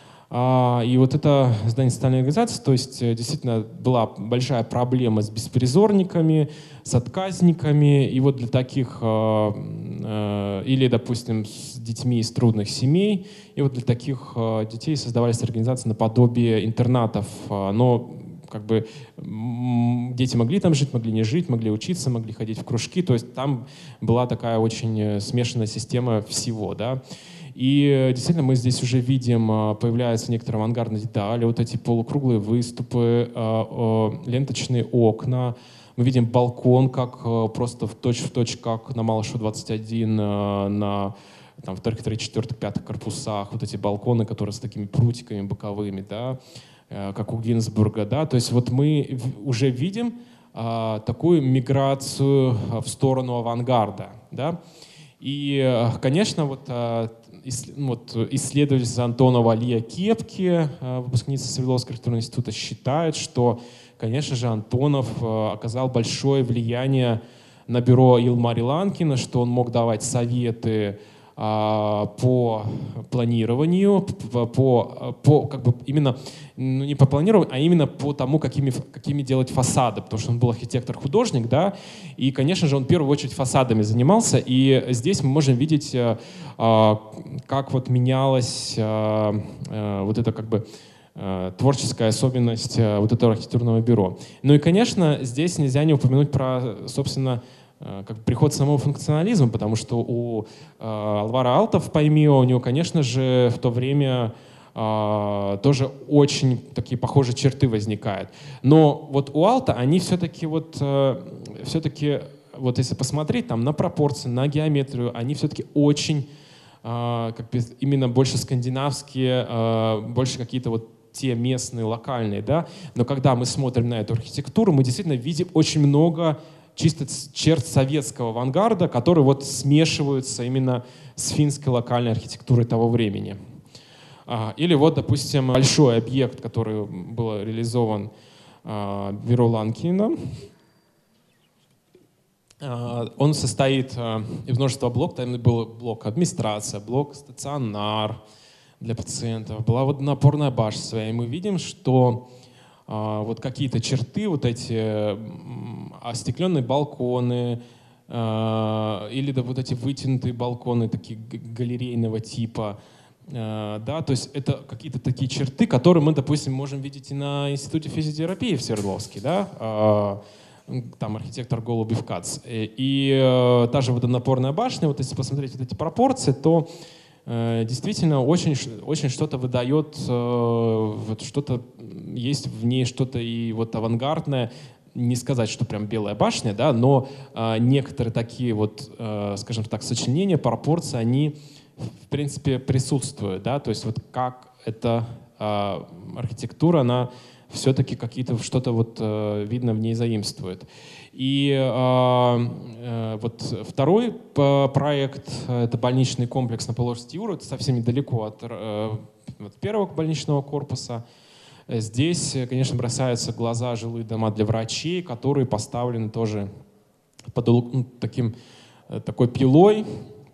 И вот это здание социальной организации, то есть действительно была большая проблема с беспризорниками, с отказниками, и вот для таких, или, допустим, с детьми из трудных семей, и вот для таких детей создавались организации наподобие интернатов, но как бы дети могли там жить, могли не жить, могли учиться, могли ходить в кружки, то есть там была такая очень смешанная система всего, да. И действительно мы здесь уже видим, появляются некоторые авангардные детали, вот эти полукруглые выступы, ленточные окна. Мы видим балкон как просто в точь, как на Малышева 21, на там, вторых, третьих, четвертых, пятых корпусах, вот эти балконы, которые с такими прутиками боковыми, да, как у Гинзбурга, да. То есть вот мы уже видим такую миграцию в сторону авангарда, да. И, конечно, вот исследовательница Антонова Лия Кепке, выпускница Свердловского архитектурного института, считает, что, конечно же, Антонов оказал большое влияние на бюро Илмари Ланкина, что он мог давать советы по планированию, по как бы именно, ну, не по планированию, а именно по тому, какими делать фасады, потому что он был архитектор-художник, да, и, конечно же, он в первую очередь фасадами занимался, и здесь мы можем видеть, как вот менялось вот это как бы творческая особенность вот этого архитектурного бюро. Ну и, конечно, здесь нельзя не упомянуть про, собственно, как приход самого функционализма, потому что у Альваро Aalto в Paimio, у него, конечно же, в то время тоже очень такие похожие черты возникают. Но вот у Aalto они все-таки если посмотреть там на пропорции, на геометрию, они все-таки очень как бы именно больше скандинавские, больше какие-то вот те местные, локальные, да. Но когда мы смотрим на эту архитектуру, мы действительно видим очень много чисто черт советского авангарда, которые вот смешиваются именно с финской локальной архитектурой того времени. Или вот, допустим, большой объект, который был реализован бюро Ланкина. Он состоит из множества блоков. Там был блок администрация, блок стационар для пациентов, была водонапорная башня своя. И мы видим, что вот какие-то черты, вот эти остекленные балконы или да, вот эти вытянутые балконы такие галерейного типа, да, то есть это какие-то такие черты, которые мы, допустим, можем видеть и на Институте физиотерапии в Свердловске, да, там архитектор Голубев Кац. И та же водонапорная башня, вот если посмотреть вот эти пропорции, то действительно очень, очень что-то выдает, вот что-то есть в ней, что-то и вот авангардное. Не сказать, что прям белая башня, да, но некоторые такие вот, скажем так, сочленения, пропорции, они в принципе присутствуют, да, то есть вот как эта архитектура, она все-таки какие-то что-то вот видно в ней заимствует. И вот второй проект — это больничный комплекс на полуострове Юру, это совсем недалеко от первого больничного корпуса. Здесь, конечно, бросаются в глаза жилые дома для врачей, которые поставлены тоже под такой пилой,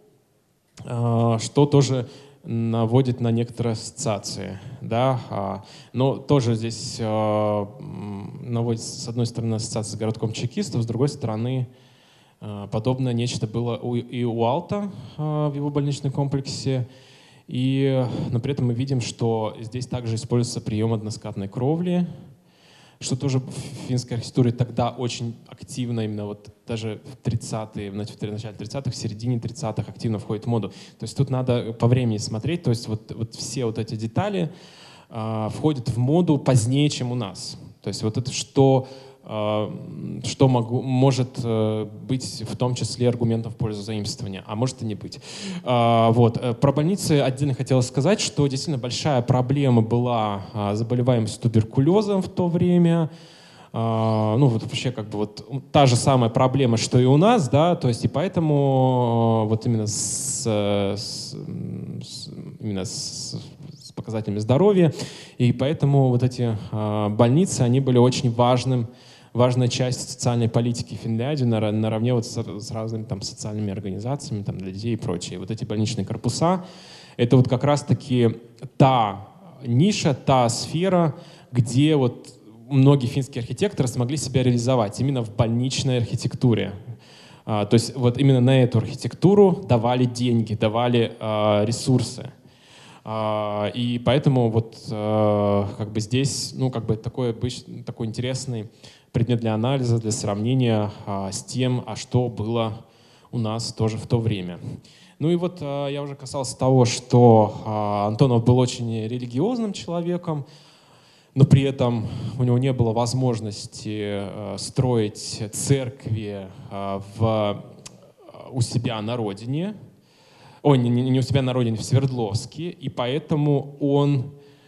что тоже наводит на некоторые ассоциации, да, но тоже здесь наводит, с одной стороны, ассоциации с городком чекистов, с другой стороны, подобное нечто было и у Aalto в его больничном комплексе, но при этом мы видим, что здесь также используется прием односкатной кровли, что тоже в финской архитектуре тогда очень активно, именно вот даже в 30-е, в начале 30-х, в середине 30-х активно входит в моду. То есть тут надо по времени смотреть, то есть вот все вот эти детали входят в моду позднее, чем у нас. То есть вот это что может быть в том числе аргументом в пользу заимствования, а может и не быть. Вот. Про больницы отдельно хотелось сказать, что действительно большая проблема была заболеваемость туберкулезом в то время. Ну вот вообще как бы вот та же самая проблема, что и у нас, да, то есть и поэтому вот именно с показателями здоровья, и поэтому вот эти больницы, они были очень важной частью социальной политики Финляндии наравне вот с разными там социальными организациями там, для детей и прочее. Вот эти больничные корпуса — это вот как раз-таки та ниша, та сфера, где вот многие финские архитекторы смогли себя реализовать именно в больничной архитектуре. То есть вот именно на эту архитектуру давали деньги, давали ресурсы. И поэтому вот как бы здесь, ну, как бы такой интересный предмет для анализа, для сравнения с тем, что было у нас тоже в то время. Ну и вот я уже касался того, что Антонов был очень религиозным человеком, но при этом у него не было возможности строить церкви у себя на родине. Не у себя на родине, в Свердловске, и поэтому он,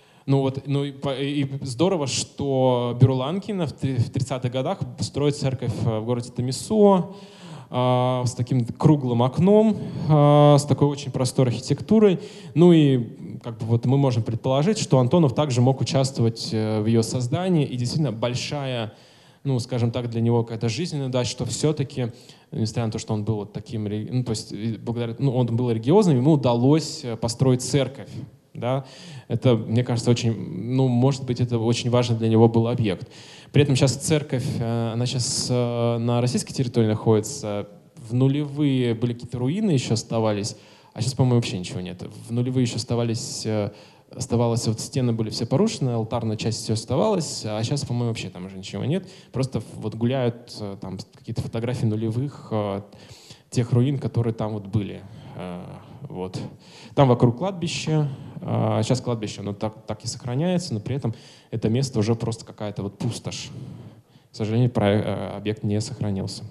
и здорово, что бюро Ланкина в 30-х годах строит церковь в городе Томисуо с таким круглым окном, с такой очень простой архитектурой. Ну и как бы вот мы можем предположить, что Антонов также мог участвовать в ее создании, и действительно большая, ну, скажем так, для него какая-то жизненная удача, что все-таки, несмотря на то, что он был вот таким, ну, то есть он был религиозным, ему удалось построить церковь, да. Это, мне кажется, очень, ну, может быть, это очень важный для него был объект. При этом сейчас церковь, она сейчас на российской территории находится, в нулевые были какие-то руины еще оставались, а сейчас, по-моему, вообще ничего нет. В нулевые еще оставались оставалось, вот стены были все порушены, алтарная часть все оставалась, а сейчас, по-моему, вообще там уже ничего нет. Просто вот гуляют там какие-то фотографии нулевых тех руин, которые там вот были. Вот. Там вокруг кладбище. Сейчас кладбище, оно так и сохраняется, но при этом это место уже просто какая-то вот пустошь. К сожалению, объект не сохранился.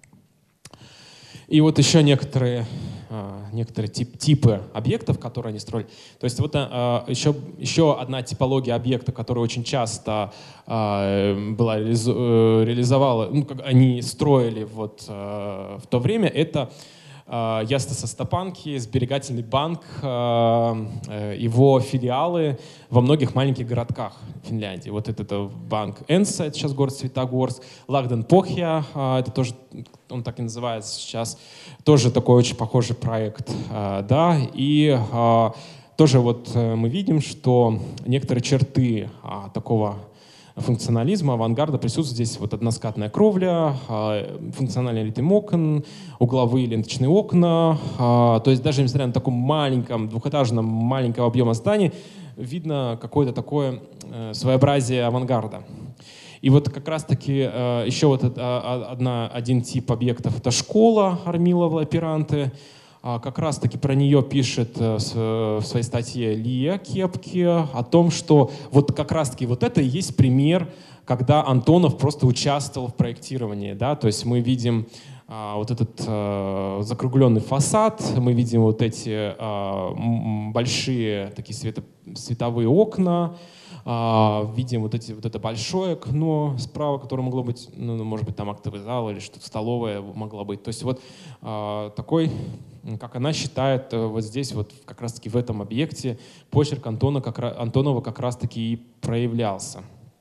И вот еще некоторые типы объектов, которые они строили. То есть вот еще одна типология объекта, которая очень часто была реализовала, ну, как они строили вот в то время, это Ястаса Стопанки, сберегательный банк, его филиалы во многих маленьких городках Финляндии. Вот это банк Энса, это сейчас город Светогорск, Лагденпохья, это тоже, он так и называется сейчас, тоже такой очень похожий проект. Да, и тоже вот мы видим, что некоторые черты такого функционализма, авангарда присутствует здесь вот односкатная кровля, функциональный ритм окон, угловые ленточные окна. То есть даже несмотря на таком маленьком, двухэтажном, маленького объема зданий, видно какое-то такое своеобразие авангарда. И вот как раз-таки еще вот один тип объектов — это школа Армилова Лаперанте. Как раз-таки про нее пишет в своей статье Лия Кепки о том, что вот как раз-таки вот это и есть пример, когда Антонов просто участвовал в проектировании. Да? То есть мы видим вот этот закругленный фасад, мы видим вот эти большие такие световые окна, видим вот это большое окно справа, которое могло быть, ну, может быть, там актовый зал или что-то, столовая могла быть. То есть вот такой, как она считает, вот здесь вот как раз-таки в этом объекте почерк Антонова как раз-таки и проявлялся.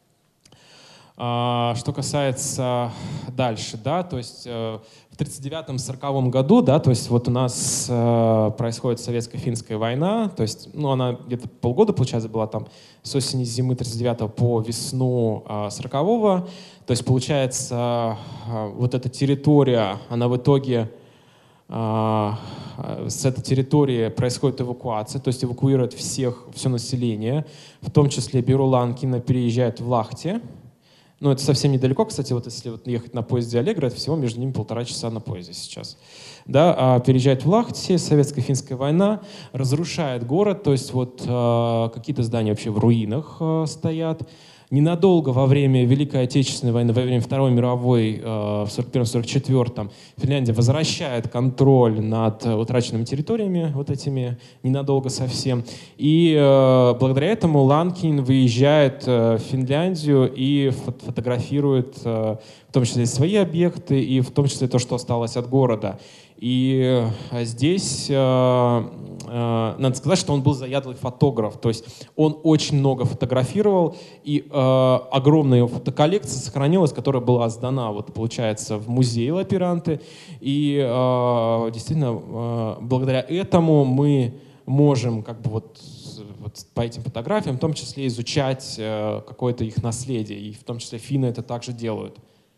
Что касается дальше, да, то есть в 1939-1940 году, да, то есть вот у нас происходит советско-финская война, то есть, ну, она где-то полгода, получается, была там с осени-зимы 1939 по весну 1940-го, то есть, получается, вот эта территория, она в итоге, с этой территории происходит эвакуация, то есть эвакуируют все население, в том числе бюро Ланкина переезжает в Лахте. Ну, это совсем недалеко, кстати, вот если вот ехать на поезде Аллегро, это всего между ними 1,5 часа на поезде сейчас. Да, переезжает в Лахте, советско-финская война, разрушает город, то есть вот какие-то здания вообще в руинах стоят. Ненадолго во время Великой Отечественной войны, во время Второй мировой в 1941-1944 Финляндия возвращает контроль над утраченными территориями, вот этими, ненадолго совсем. И благодаря этому Ланкин выезжает в Финляндию и фотографирует в том числе свои объекты, и в том числе то, что осталось от города. И здесь надо сказать, что он был заядлый фотограф, то есть он очень много фотографировал, и огромная его фотоколлекция сохранилась, которая была сдана, вот, получается, в музей Лаперанте, и действительно благодаря этому мы можем как бы вот по этим фотографиям в том числе изучать какое-то их наследие, и в том числе финны это также делают.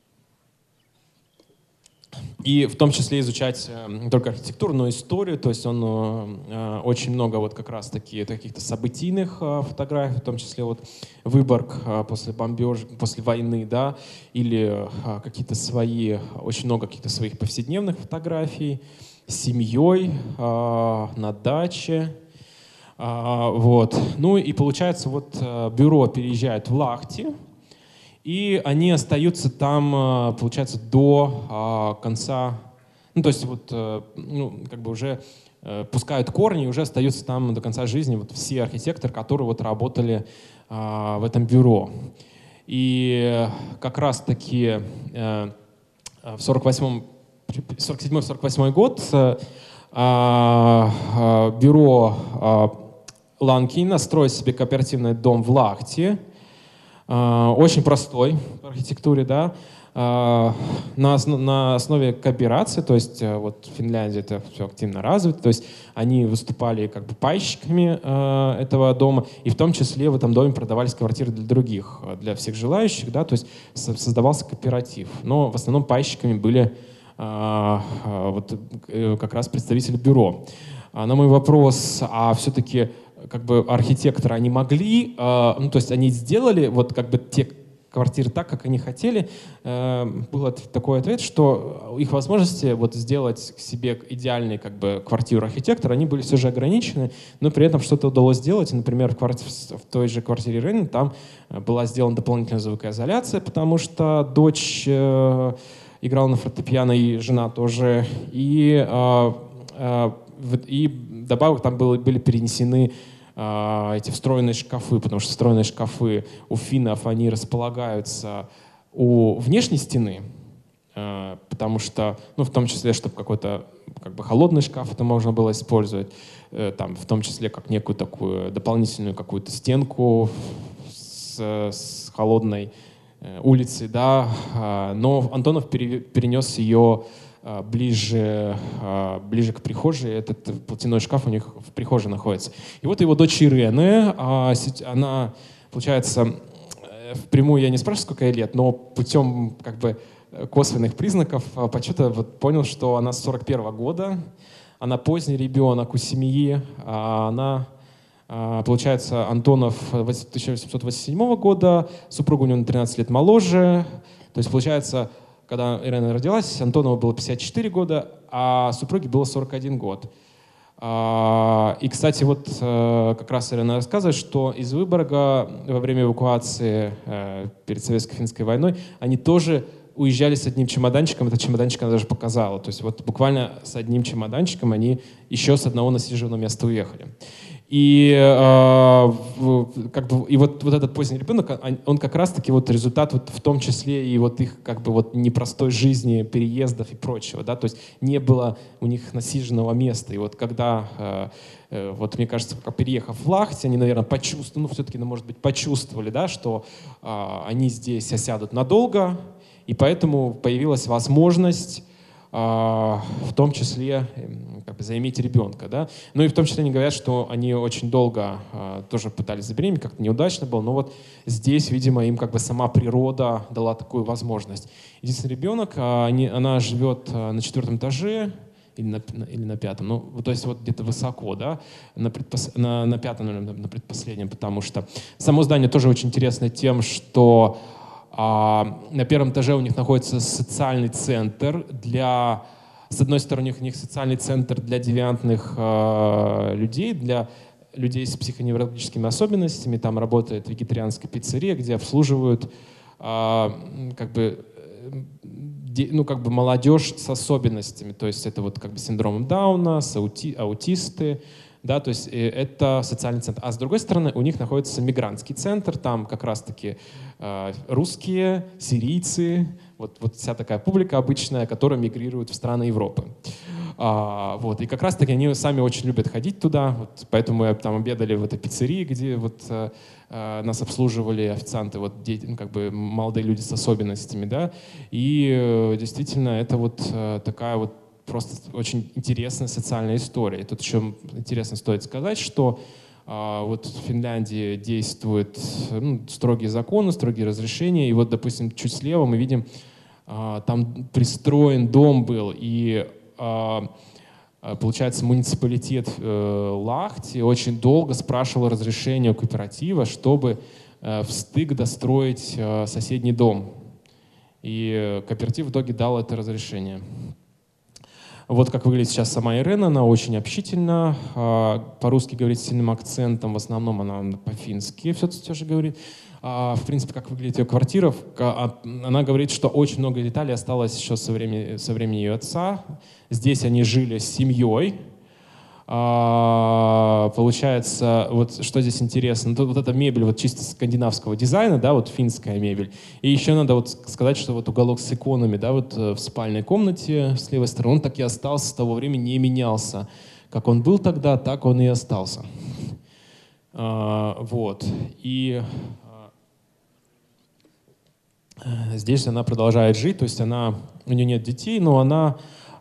И в том числе изучать не только архитектуру, но и историю, то есть он очень много вот как раз-таки каких-то событийных фотографий, в том числе вот Выборг после бомбежек, после войны, да, или какие-то свои, очень много каких-то своих повседневных фотографий с семьей, на даче. Вот. Ну и получается, вот бюро переезжает в Лахти, и они остаются там, получается, до конца, ну, то есть вот, ну, как бы уже пускают корни и уже остаются там до конца жизни вот все архитекторы, которые вот работали в этом бюро. И как раз-таки в 47-48 год бюро Ланкина строит себе кооперативный дом в Лахте, очень простой по архитектуре, да, на основе кооперации, то есть вот в Финляндии это все активно развито, то есть они выступали как бы пайщиками этого дома, и в том числе в этом доме продавались квартиры для других, для всех желающих, да, то есть создавался кооператив, но в основном пайщиками были вот как раз представители бюро. На мой вопрос, а все-таки как бы архитекторы, они могли, ну, то есть они сделали вот как бы те квартиры так, как они хотели. Был такой ответ, что их возможности вот сделать себе идеальную как бы квартиру архитектора, они были все же ограничены, но при этом что-то удалось сделать. Например, в той же квартире Рейна там была сделана дополнительная звукоизоляция, потому что дочь играла на фортепиано, и жена тоже. И добавок там были перенесены эти встроенные шкафы, потому что встроенные шкафы у финнов, они располагаются у внешней стены, потому что, ну, в том числе, чтобы какой-то как бы холодный шкаф это можно было использовать, там, в том числе как некую такую дополнительную какую-то стенку с холодной улицей, да, но Антонов перенес ее ближе к прихожей. Этот платяной шкаф у них в прихожей находится. И вот его дочь Ирене, она, получается, впрямую я не спрашиваю, сколько ей лет, но путем как бы косвенных признаков почему-то вот понял, что она с 41-го года, она поздний ребенок у семьи, она, получается, Антонов 1887 года, супруга у него на 13 лет моложе, то есть, получается, когда Ирена родилась, Антонову было 54 года, а супруге было 41 год. И, кстати, вот как раз Ирена рассказывает, что из Выборга во время эвакуации перед Советско-финской войной они тоже уезжали с одним чемоданчиком. Этот чемоданчик она даже показала. То есть вот буквально с одним чемоданчиком они еще с одного насиженного места уехали. И, как бы, и вот этот поздний ребенок, он как раз-таки вот результат вот в том числе и вот их как бы вот непростой жизни, переездов и прочего, да, то есть не было у них насиженного места. И вот когда, вот мне кажется, переехав в Лахте, они, наверное, почувствовали, ну все-таки, ну, может быть, почувствовали, да, что они здесь осядут надолго, и поэтому появилась возможность в том числе как бы заиметь ребенка, да. Ну и в том числе они говорят, что они очень долго тоже пытались забеременеть, как-то неудачно было, но вот здесь, видимо, им как бы сама природа дала такую возможность. Единственный ребенок, она живет на 4-м этаже или на 5-м, ну, то есть вот где-то высоко, да, на 5-м, наверное, на предпоследнем, потому что само здание тоже очень интересно тем, что на 1-м этаже у них находится социальный центр для, с одной стороны, у них социальный центр для девиантных людей, для людей с психоневрологическими особенностями. Там работает вегетарианская пиццерия, где обслуживают как бы, ну, как бы молодежь с особенностями. То есть это вот как бы синдромом Дауна, аутисты. Да, то есть это социальный центр. А с другой стороны, у них находится мигрантский центр, там как раз-таки русские, сирийцы, вот вся такая публика обычная, которая мигрирует в страны Европы. Вот, и как раз-таки они сами очень любят ходить туда, вот, поэтому мы там обедали в этой пиццерии, где вот нас обслуживали официанты, вот дети, ну, как бы молодые люди с особенностями, да, и действительно это вот такая вот просто очень интересная социальная история. И тут еще интересно стоит сказать, что вот в Финляндии действуют строгие законы, строгие разрешения. И вот, допустим, чуть слева мы видим, там пристроен дом был, и получается, муниципалитет Лахти очень долго спрашивал разрешение у кооператива, чтобы в стык достроить соседний дом. И кооператив в итоге дал это разрешение. Вот как выглядит сейчас сама Ирена, она очень общительна, по-русски говорит с сильным акцентом, в основном она по-фински все же говорит. В принципе, как выглядит ее квартира, она говорит, что очень много деталей осталось еще со времени ее отца. Здесь они жили с семьей. Получается, вот что здесь интересно, тут вот эта мебель вот чисто скандинавского дизайна, да, вот финская мебель. И еще надо вот сказать, что вот уголок с иконами, да, вот в спальной комнате с левой стороны, он так и остался с того времени, не менялся. Как он был тогда, так он и остался. Вот. И здесь она продолжает жить, то есть у нее нет детей, но она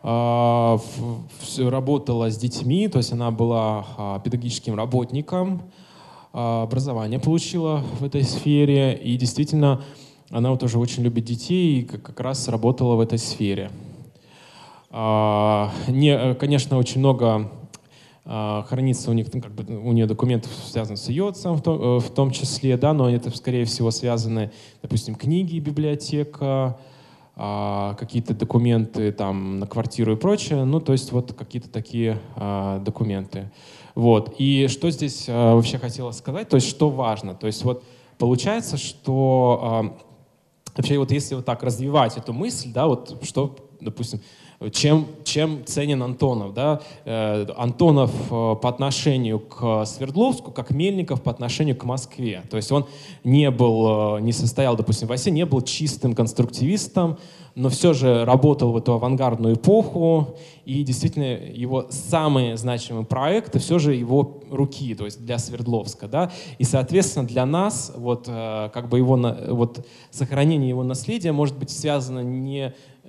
работала с детьми, то есть она была педагогическим работником, образование получила в этой сфере, и действительно она вот тоже очень любит детей и как раз работала в этой сфере. Конечно, очень много хранится у них, ну, как бы, у нее документов связанных с ее отцом в том числе, да, но это, скорее всего, связаны, допустим, книги, библиотека, какие-то документы там на квартиру и прочее, ну, то есть вот какие-то такие документы. Вот. И что здесь вообще хотела сказать, то есть что важно, то есть вот получается, что вообще вот если вот так развивать эту мысль, да, вот что, допустим, чем ценен Антонов, да? Антонов по отношению к Свердловску, как Мельников по отношению к Москве. То есть он не состоял, допустим, в ОСЕ, не был чистым конструктивистом, но все же работал в эту авангардную эпоху, и действительно его самые значимые проекты все же его руки, то есть для Свердловска, да, и, соответственно, для нас вот как бы вот сохранение его наследия может быть связано не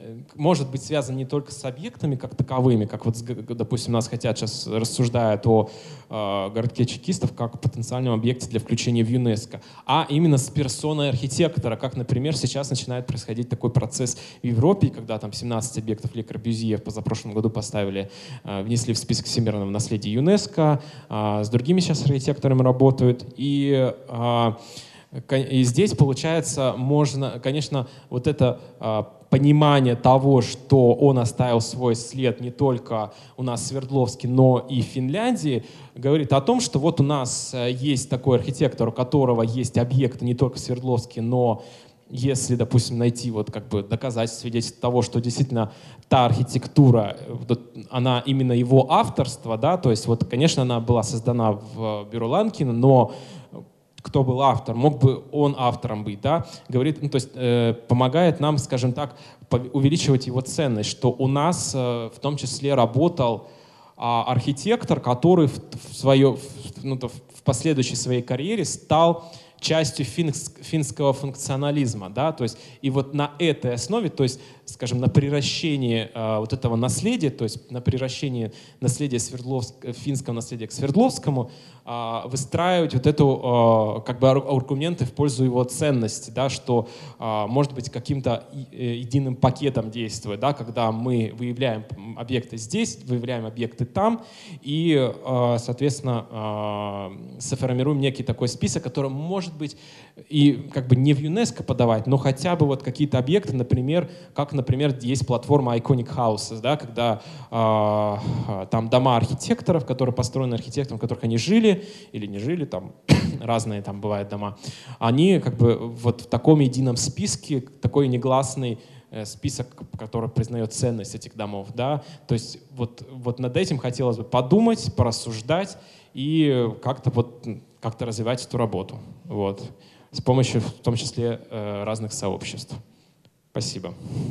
только с объектами как таковыми, как вот, допустим, нас хотят сейчас рассуждают о городке чекистов как потенциальном объекте для включения в ЮНЕСКО, а именно с персоной архитектора, как, например, сейчас начинает происходить такой процесс в Европе, когда там 17 объектов Ле Корбюзье в позапрошлом году внесли в список всемирного наследия ЮНЕСКо, с другими сейчас архитекторами работают, и здесь, получается, можно, конечно, вот это понимание того, что он оставил свой след не только у нас в Свердловске, но и в Финляндии, говорит о том, что вот у нас есть такой архитектор, у которого есть объекты не только в Свердловске, но если, допустим, найти вот как бы доказательства, свидетельства того, что действительно та архитектура, она именно его авторство, да, то есть вот, конечно, она была создана в бюро Ланкина, но кто был автор, мог бы он автором быть, да, говорит, ну, то есть помогает нам, скажем так, увеличивать его ценность, что у нас в том числе работал архитектор, который в последующей своей карьере стал частью финского функционализма, да, то есть и вот на этой основе, то есть, скажем, на приращении вот этого наследия, то есть на приращении наследия финского наследия к Свердловскому, выстраивать вот эту как бы аргументы в пользу его ценности, да, что может быть каким-то единым пакетом действует, да, когда мы выявляем объекты здесь, выявляем объекты там и, соответственно, сформируем некий такой список, который может быть и как бы не в ЮНЕСКО подавать, но хотя бы вот какие-то объекты, например, как, например, есть платформа Iconic Houses, да, когда там дома архитекторов, которые построены архитектором, в которых они жили или не жили, там разные там бывают дома, они как бы вот в таком едином списке, такой негласный список, который признает ценность этих домов, да, то есть вот над этим хотелось бы подумать, порассуждать и как-то развивать эту работу, вот, с помощью в том числе разных сообществ. Спасибо.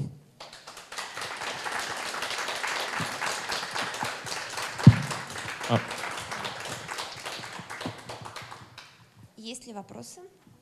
Есть ли вопросы?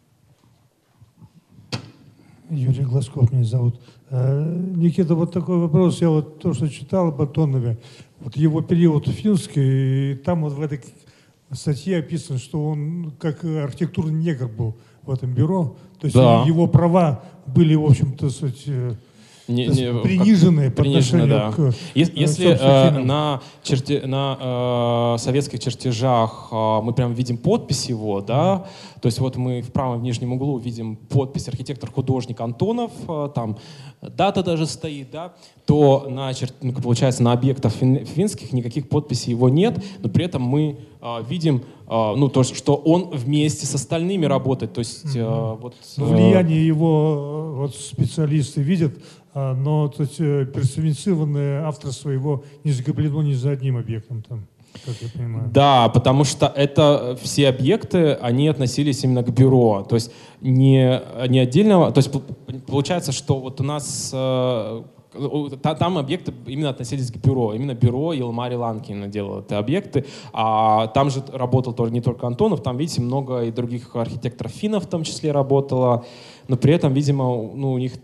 Юрий Глазков меня зовут. Никита, вот такой вопрос. Я вот то, что читал об Антонове, вот его период финский, и там вот в этой статье описано, что он как архитектурный негр был в этом бюро. То есть да. Его права были, в общем-то, приниженные по отношению да. к... Если на советских чертежах мы прям видим подпись его, да, то есть вот мы в правом нижнем углу видим подпись архитектор-художник Антонов, там дата даже стоит, да, то получается на объектах финских никаких подписей его нет, но при этом мы видим то, что он вместе с остальными работает. То есть, влияние его вот, специалисты видят, но персонифицированное авторство его не закреплено ни за одним объектом там, как я понимаю. Да, потому что это все объекты, они относились именно к бюро, то есть не отдельного, то есть получается, что вот у нас там объекты именно относились к бюро, именно бюро Илмари Ланкина делало эти объекты, а там же работал не только Антонов, там, видите, много и других архитекторов финнов в том числе работало, но при этом, видимо, у них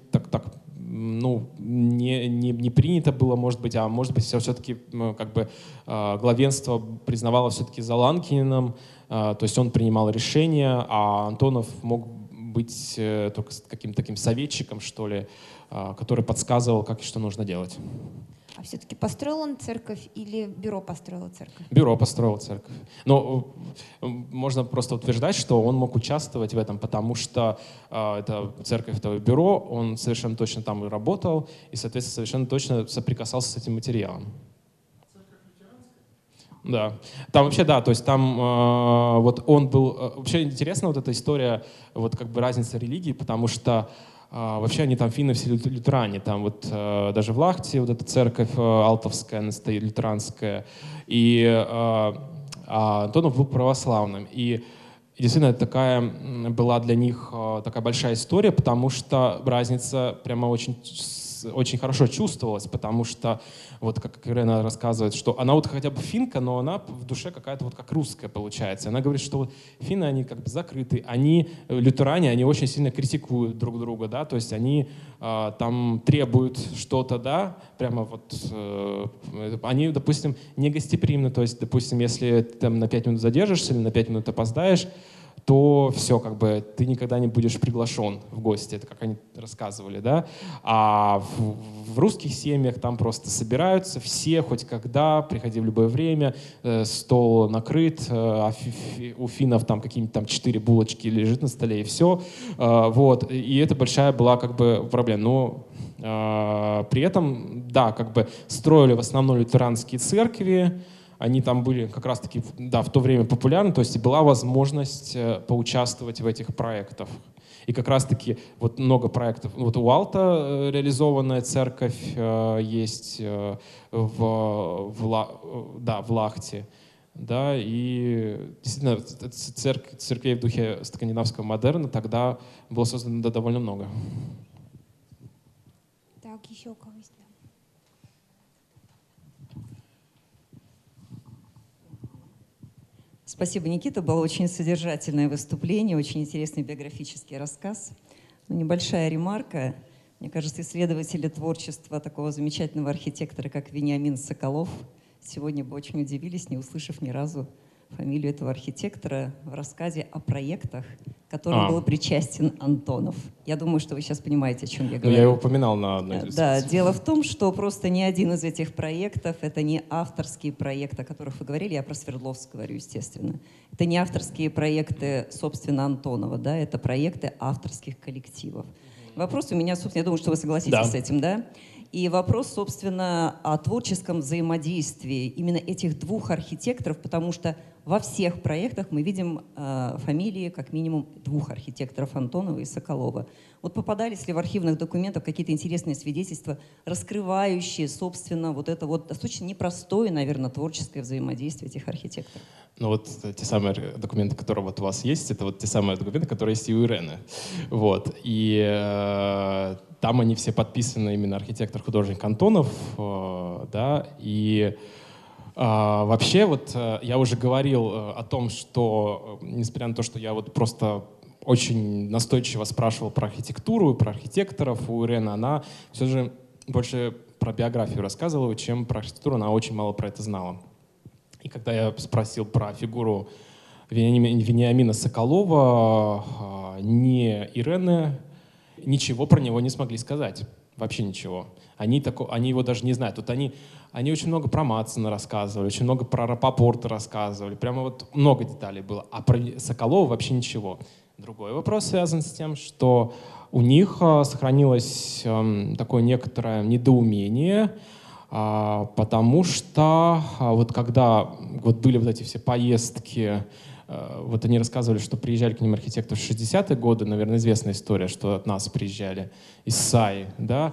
не принято было, может быть, все-таки как бы главенство признавало все-таки за Ланкиным, то есть он принимал решения, а Антонов мог быть только каким-то таким советчиком, что ли, который подсказывал, как и что нужно делать. А все-таки построил он церковь или бюро построило церковь? Бюро построило церковь. Но можно просто утверждать, что он мог участвовать в этом, потому что это церковь, это бюро, он совершенно точно там и работал, и, соответственно, совершенно точно соприкасался с этим материалом. Да, там вообще, да, то есть там вот он был... вообще интересна вот эта история, вот как бы разница религий, потому что вообще они там финны все лютеране, там вот даже в Лахте вот эта церковь алтовская, она стоит, лютеранская, и Антонов был православным. И действительно такая была для них такая большая история, потому что разница прямо очень хорошо чувствовалась, потому что, вот как Ирена рассказывает, что она вот хотя бы финка, но она в душе какая-то вот как русская получается. Она говорит, что вот финны, они как бы закрыты, они, лютеране, они очень сильно критикуют друг друга, да, то есть они там требуют что-то, да, прямо вот, они, допустим, не гостеприимны, то есть, допустим, если ты там на 5 минут задержишься или на 5 минут опоздаешь, то все, как бы ты никогда не будешь приглашен в гости, это как они рассказывали, да. А в русских семьях там просто собираются все, хоть когда, приходи в любое время, стол накрыт, а у финнов там какие-нибудь там 4 булочки лежит на столе и все. Вот, и это большая была как бы проблема. Но при этом, да, как бы строили в основном лютеранские церкви, они там были как раз-таки, да, в то время популярны, то есть была возможность поучаствовать в этих проектах. И как раз-таки вот много проектов. Вот у Алта реализованная церковь есть в Лахте. Да, и действительно церквей в духе скандинавского модерна тогда было создано довольно много. Так, еще у кого есть? Спасибо, Никита. Было очень содержательное выступление, очень интересный биографический рассказ. Но небольшая ремарка. Мне кажется, исследователи творчества такого замечательного архитектора, как Вениамин Соколов, сегодня бы очень удивились, не услышав ни разу фамилию этого архитектора в рассказе о проектах, к которым был причастен Антонов. Я думаю, что вы сейчас понимаете, о чем я говорю. Я его упоминал на одной из Да, дело в том, что просто ни один из этих проектов, это не авторские проекты, о которых вы говорили, я про Свердловск говорю, естественно. Это не авторские проекты, собственно, Антонова, да, это проекты авторских коллективов. Вопрос у меня, собственно, я думаю, что вы согласитесь с этим, да? И вопрос, собственно, о творческом взаимодействии именно этих двух архитекторов, потому что во всех проектах мы видим фамилии как минимум двух архитекторов, Антонова и Соколова. Вот попадались ли в архивных документах какие-то интересные свидетельства, раскрывающие, собственно, вот это вот достаточно непростое, наверное, творческое взаимодействие этих архитекторов? Ну вот те самые документы, которые вот у вас есть, это вот те самые документы, которые есть и у Ирены. Вот. И там они все подписаны именно архитектор-художник Антонов, да, и вообще вот я уже говорил о том, что, несмотря на то, что я вот просто очень настойчиво спрашивал про архитектуру, про архитекторов, у Ирены она все же больше про биографию рассказывала, чем про архитектуру, она очень мало про это знала. И когда я спросил про фигуру Вениамина Соколова, ни Ирены ничего про него не смогли сказать. Вообще ничего. Они его даже не знают. Вот они очень много про Мадсена рассказывали, очень много про Рапопорта рассказывали. Прямо вот много деталей было. А про Соколова вообще ничего. Другой вопрос связан с тем, что у них сохранилось такое некоторое недоумение, потому что вот когда вот были вот эти все поездки, вот они рассказывали, что приезжали к ним архитекторы в 60-е годы, наверное, известная история, что от нас приезжали из САИ, да,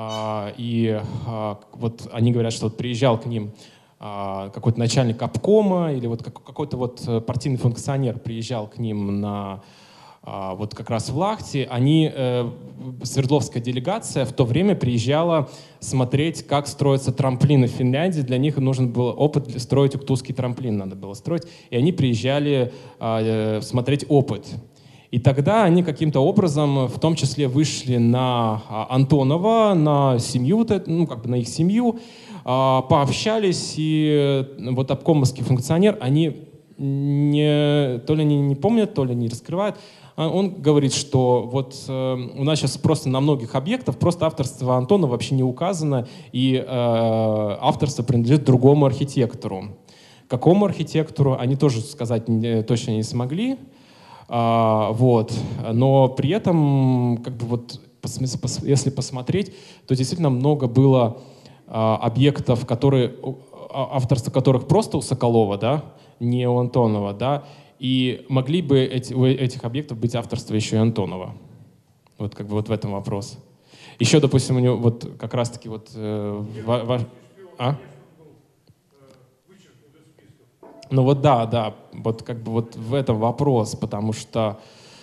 и вот они говорят, что вот приезжал к ним какой-то начальник обкома или вот какой-то вот партийный функционер приезжал к ним на вот как раз в Лахте, Свердловская делегация в то время приезжала смотреть, как строятся трамплины в Финляндии. Для них нужен был опыт строить уктузский трамплин, надо было строить. И они приезжали смотреть опыт. И тогда они каким-то образом, в том числе, вышли на Антонова, на семью, ну, как бы на их семью, пообщались, и вот обкомовский функционер, они то ли не помнят, то ли не раскрывают, Он говорит, что вот у нас сейчас просто на многих объектах просто авторство Антонова вообще не указано, и авторство принадлежит другому архитектору. Какому архитектору, они тоже сказать точно не смогли. Вот. Но при этом, как бы вот, если посмотреть, то действительно много было объектов, авторство которых просто у Соколова, да, не у Антонова, да, и могли бы у этих объектов быть авторство еще и Антонова. Вот как бы вот в этом вопрос. Еще, допустим, у него вот как раз-таки вот... Ну вот да, вот как бы вот в этом вопрос, потому что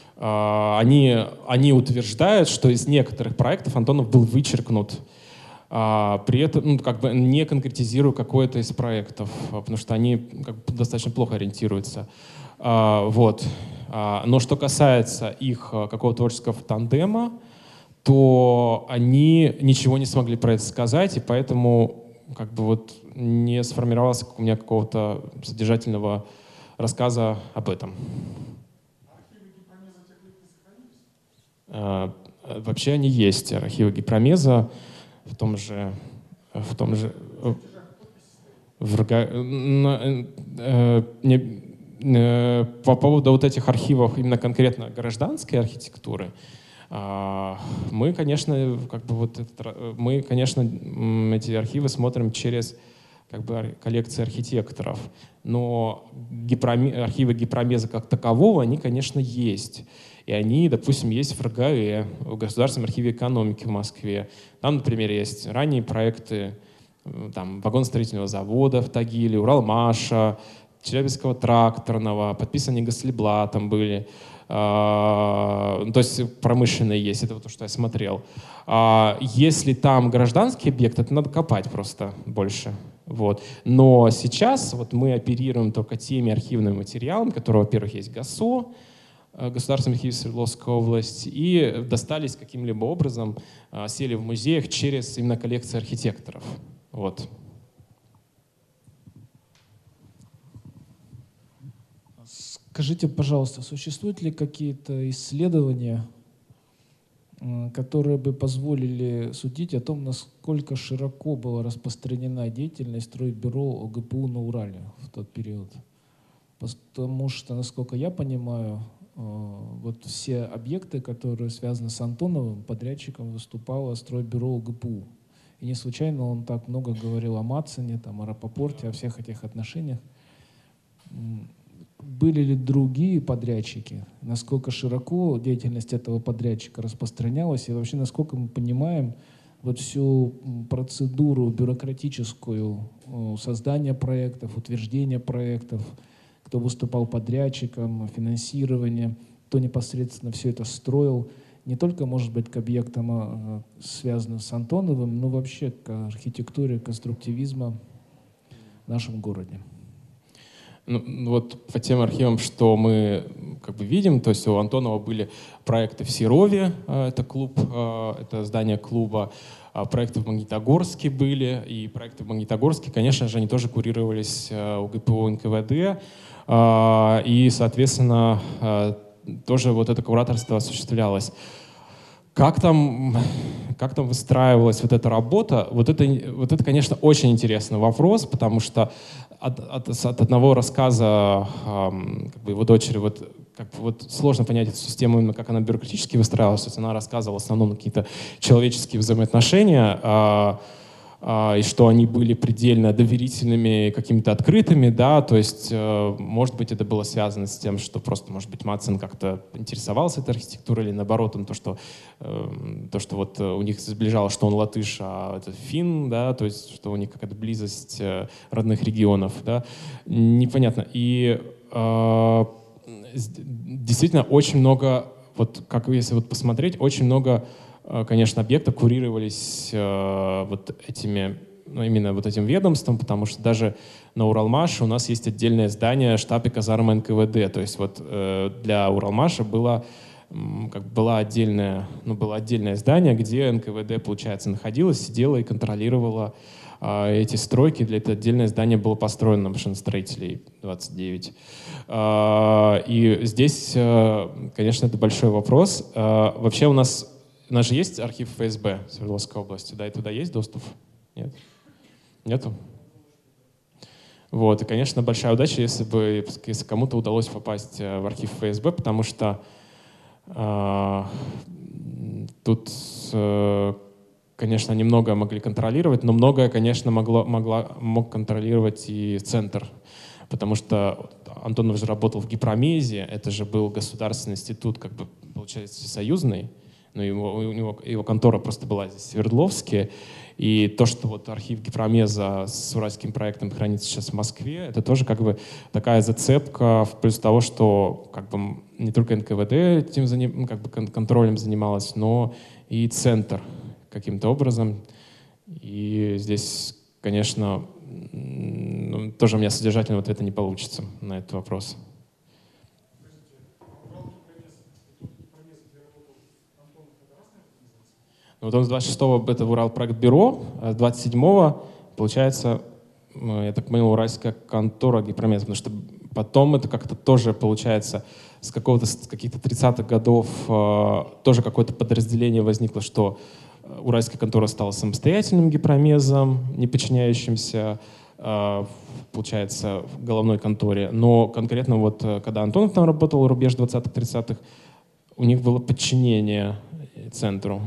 они утверждают, что из некоторых проектов Антонов был вычеркнут, при этом как бы не конкретизируя какой-то из проектов, потому что они как бы достаточно плохо ориентируются. Вот. Но что касается их какого-то творческого тандема, то они ничего не смогли про это сказать, и поэтому как бы вот не сформировалось у меня какого-то содержательного рассказа об этом. Вообще они есть, архивы Гипромеза, по поводу вот этих архивов именно конкретно гражданской архитектуры, мы, конечно, эти архивы смотрим через как бы коллекции архитекторов, но архивы Гипромеза как такового, они, конечно, есть. И они, допустим, есть в РГЭ, в Государственном архиве экономики в Москве. Там, например, есть ранние проекты там, вагоностроительного завода в Тагиле, Уралмаша, Челябинского тракторного, подписанные Гослеблатом были. То есть промышленные есть, это вот то, что я смотрел. Если там гражданский объект, это надо копать просто больше. Вот. Но сейчас вот мы оперируем только теми архивными материалами, которые, во-первых, есть ГАСО, Государственный архив Свердловской области, и достались каким-либо образом, сели в музеях через именно коллекции архитекторов. Вот. Скажите, пожалуйста, существуют ли какие-то исследования, которые бы позволили судить о том, насколько широко была распространена деятельность стройбюро ОГПУ на Урале в тот период? Потому что, насколько я понимаю, вот все объекты, которые связаны с Антоновым, подрядчиком выступало стройбюро ОГПУ. И не случайно он так много говорил о Мацене, там, о Рапопорте, о всех этих отношениях. Были ли другие подрядчики? Насколько широко деятельность этого подрядчика распространялась? И вообще, насколько мы понимаем вот всю процедуру бюрократическую создания проектов, утверждения проектов, кто выступал подрядчиком, финансирование, кто непосредственно все это строил, не только, может быть, к объектам, связанным с Антоновым, но вообще к архитектуре, конструктивизма в нашем городе. Ну, вот по тем архивам, что мы как бы видим, то есть у Антонова были проекты в Серове, это клуб, это здание клуба, проекты в Магнитогорске были, и проекты в Магнитогорске, конечно же, они тоже курировались у ГПУ НКВД, и, соответственно, тоже вот это кураторство осуществлялось. Как там выстраивалась вот эта работа? Вот это, конечно, очень интересный вопрос, потому что от одного рассказа как бы его дочери вот сложно понять эту систему, именно как она бюрократически выстраивалась. То есть она рассказывала в основном какие-то человеческие взаимоотношения, и что они были предельно доверительными, какими-то открытыми, да, то есть, может быть, это было связано с тем, что просто, может быть, Мацен как-то интересовался этой архитектурой, или наоборот, то, что вот у них сближало, что он латыш, а это финн, да, то есть, что у них какая-то близость родных регионов, да, непонятно. И действительно очень много, вот как если вот посмотреть, очень много, конечно, объекты курировались вот этими, ну, именно вот этим ведомством, потому что даже на Уралмаше у нас есть отдельное здание, штаб и казарма НКВД. То есть вот для Уралмаша было отдельное здание, где НКВД, получается, находилось, сидело и контролировало эти стройки, для этого отдельное здание было построено на машиностроителей 29. И здесь, конечно, это большой вопрос. Вообще у нас же есть архив ФСБ Свердловской области, да, и туда есть доступ? Нет? Нету? Вот, и, конечно, большая удача, если кому-то удалось попасть в архив ФСБ, потому что тут, конечно, они многое могли контролировать, но многое, конечно, мог контролировать и центр, потому что Антонов же работал в Гипромезе, это же был государственный институт, как бы, получается, союзный, но его контора просто была здесь в Свердловске. И то, что вот архив Гипромеза с уральским проектом хранится сейчас в Москве, это тоже как бы такая зацепка в плюс того, что как бы не только НКВД этим как бы контролем занималась, но и центр каким-то образом. И здесь, конечно, тоже у меня содержательного ответа не получится на этот вопрос. Вот он с 26-го это Уралпроектбюро, а с 27-го, получается, я так понял, уральская контора Гипромез, потому что потом это как-то тоже, получается, с каких-то 30-х годов тоже какое-то подразделение возникло, что уральская контора стала самостоятельным Гипромезом, не подчиняющимся, получается, головной конторе. Но конкретно вот, когда Антонов там работал, рубеж 20-30-х, у них было подчинение центру.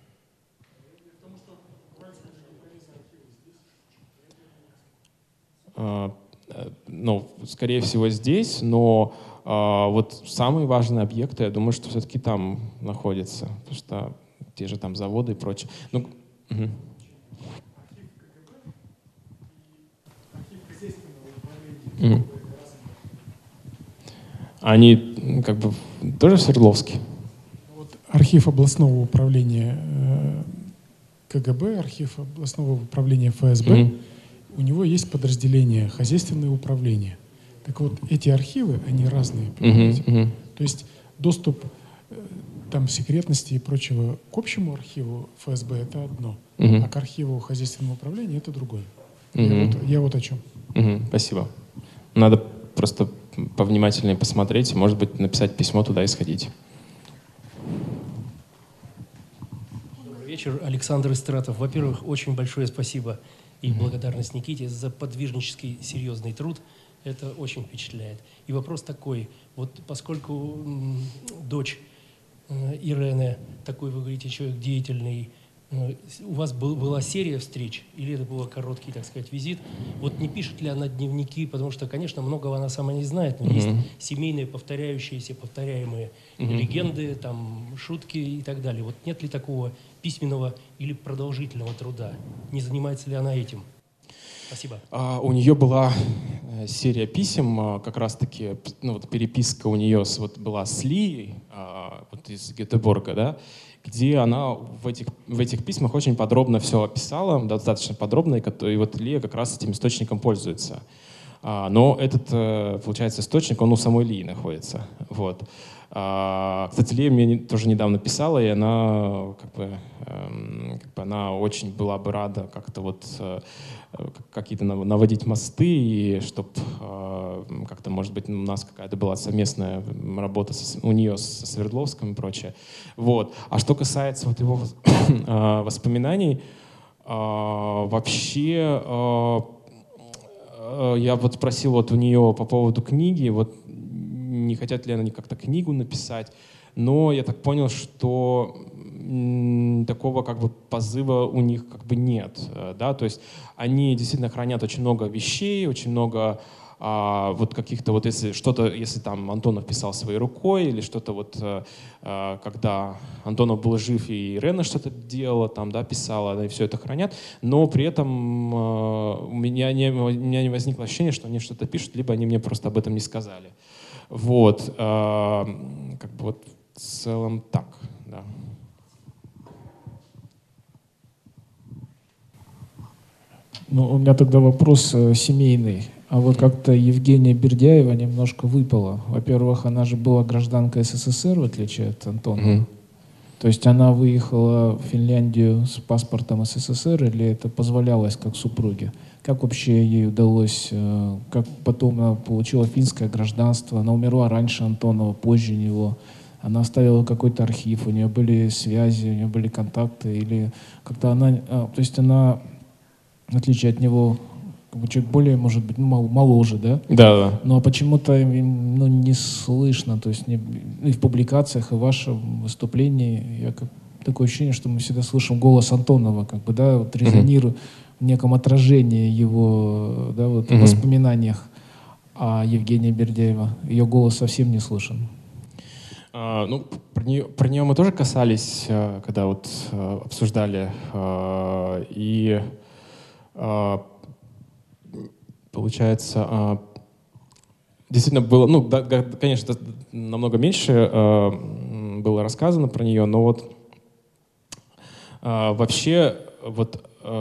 Ну, скорее всего, здесь, но вот самые важные объекты, я думаю, что все-таки там находятся, потому что те же там заводы и прочее. Ну, угу. Угу. Они как бы тоже в Свердловске? Вот архив областного управления КГБ, архив областного управления ФСБ, у него есть подразделение хозяйственное управление. Так вот, эти архивы, они разные. То есть доступ там секретности и прочего к общему архиву ФСБ — это одно, а к архиву хозяйственного управления — это другое. Я вот о чем. Спасибо. Надо просто повнимательнее посмотреть, может быть, написать письмо туда и сходить. Добрый вечер, Александр Истратов. Во-первых, очень большое спасибо и благодарность Никите за подвижнический серьезный труд. Это очень впечатляет. И вопрос такой. Вот поскольку дочь Ирены, такой, вы говорите, человек деятельный, у вас была серия встреч, или это был короткий, так сказать, визит? Вот не пишет ли она дневники? Потому что, конечно, многого она сама не знает, но есть семейные повторяющиеся, повторяемые легенды, там, шутки и так далее. Вот нет ли такого письменного или продолжительного труда? Не занимается ли она этим? Спасибо. У нее была серия писем, как раз-таки, ну, вот переписка у нее была с Ли, вот из Гетеборга, да, где она в этих письмах очень подробно все описала, достаточно подробно, и вот Лия как раз этим источником пользуется. Но этот, получается, источник, он у самой Лии находится. Вот. Кстати, Лия мне тоже недавно писала, и она, она очень была бы рада как-то вот какие-то наводить мосты, и чтобы как-то, может быть, у нас какая-то была совместная работа у нее со Свердловском и прочее. Вот. А что касается вот его воспоминаний, вообще я вот спросил вот у нее по поводу книги, вот не хотят ли они как-то книгу написать, но я так понял, что такого как бы позыва у них как бы нет, да, то есть они действительно хранят очень много вещей, очень много вот каких-то вот, если там Антонов писал своей рукой, или что-то вот, когда Антонов был жив и Ирена что-то делала, там, да, писала, они все это хранят, но при этом у меня не возникло ощущения, что они что-то пишут, либо они мне просто об этом не сказали. Вот, как бы вот в целом так, да. Ну, у меня тогда вопрос семейный. А вот как-то Евгения Бердяева немножко выпала. Во-первых, она же была гражданкой СССР, в отличие от Антонова. То есть она выехала в Финляндию с паспортом СССР или это позволялось как супруге? Как вообще ей удалось, как потом она получила финское гражданство, она умерла раньше Антонова, позже него, она оставила какой-то архив, у нее были связи, у нее были контакты, или как-то она, то есть она, в отличие от него, как бы человек более, может быть, моложе, да? Да. Но почему-то не слышно, то есть и в публикациях, и в вашем выступлении, я такое ощущение, что мы всегда слышим голос Антонова, как бы, да, вот резонирует в неком отражении его, да, вот в воспоминаниях о Евгении Бердяева. Ее голос совсем не слышен. Ну, про нее мы тоже касались, когда вот обсуждали, и получается, действительно было, ну, да, конечно, намного меньше было рассказано про нее, но вот вообще вот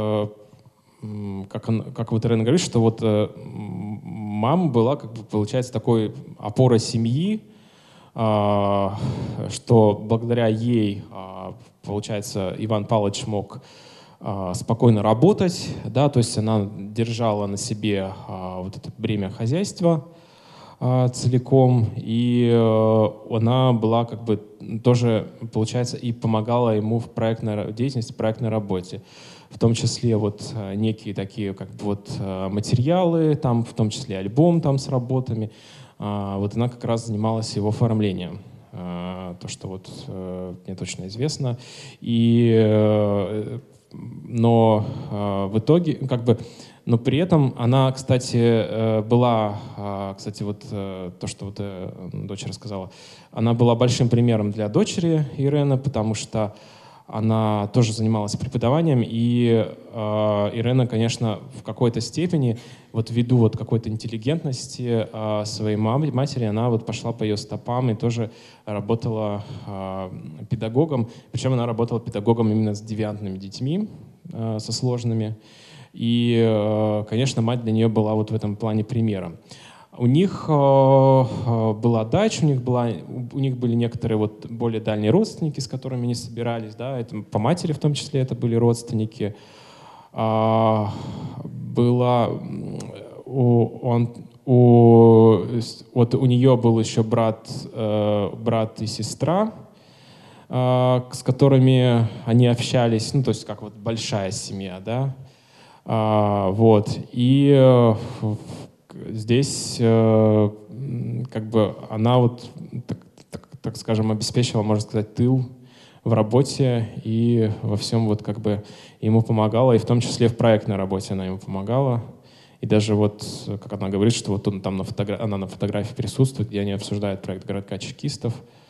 как вот Ирена говорит, что вот мама была, как бы, получается, такой опорой семьи, что благодаря ей, получается, Иван Павлович мог спокойно работать, да, то есть она держала на себе вот это бремя хозяйства целиком, и она была как бы тоже, получается, и помогала ему в проектной деятельности, в проектной работе. В том числе вот некие такие как бы вот материалы, там, в том числе альбом там с работами. Вот она как раз занималась его оформлением. То, что вот мне точно известно. Но в итоге, как бы, но при этом она, кстати, была, кстати, вот то, что вот дочь рассказала, она была большим примером для дочери Ирены, потому что она тоже занималась преподаванием, и Ирена, конечно, в какой-то степени, вот ввиду вот какой-то интеллигентности своей матери, она вот пошла по ее стопам и тоже работала педагогом, причем она работала педагогом именно с девиантными детьми, со сложными, и, конечно, мать для нее была вот в этом плане примером. У них была дача, у них были некоторые вот более дальние родственники, с которыми они собирались, да, это по матери в том числе это были родственники. Вот у нее был еще брат и сестра, с которыми они общались, ну, то есть как вот большая семья, да, вот, и здесь как бы она вот, так скажем, обеспечила, можно сказать, тыл в работе и во всем вот как бы ему помогала, и в том числе в проектной работе она ему помогала. И даже вот, как она говорит, что вот он там она на фотографии присутствует, где они обсуждают проект городка чекистов.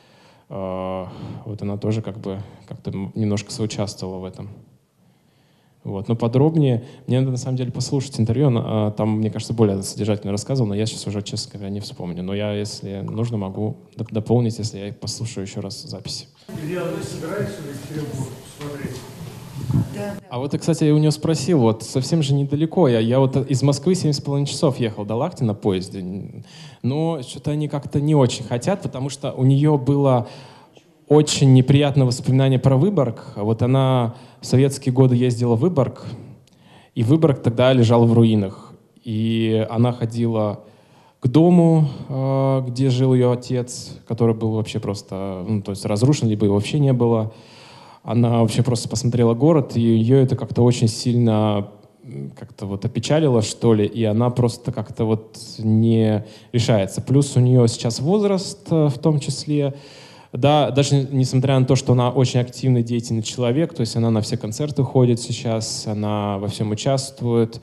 Вот она тоже как бы как-то немножко соучаствовала в этом. Вот. Но подробнее, мне надо на самом деле послушать интервью, там, мне кажется, более содержательно рассказывал, но я сейчас уже, честно говоря, не вспомню. Но я, если нужно, могу дополнить, если я послушаю еще раз записи. Илья, вы собираетесь в Екатеринбург посмотреть? Да. А вот, кстати, я у него спросил, вот совсем же недалеко, я вот из Москвы 7,5 часов ехал до Лахти на поезде, но что-то они как-то не очень хотят, потому что у нее было очень неприятное воспоминание про Выборг. Вот она в советские годы ездила в Выборг, и Выборг тогда лежал в руинах. И она ходила к дому, где жил ее отец, который был вообще просто, ну, то есть разрушен, либо его вообще не было. Она вообще просто посмотрела город, и ее это как-то очень сильно как-то вот опечалило, что ли, и она просто как-то вот не решается. Плюс у нее сейчас возраст в том числе. Да, даже несмотря на то, что она очень активный, деятельный человек, то есть она на все концерты ходит сейчас, она во всем участвует,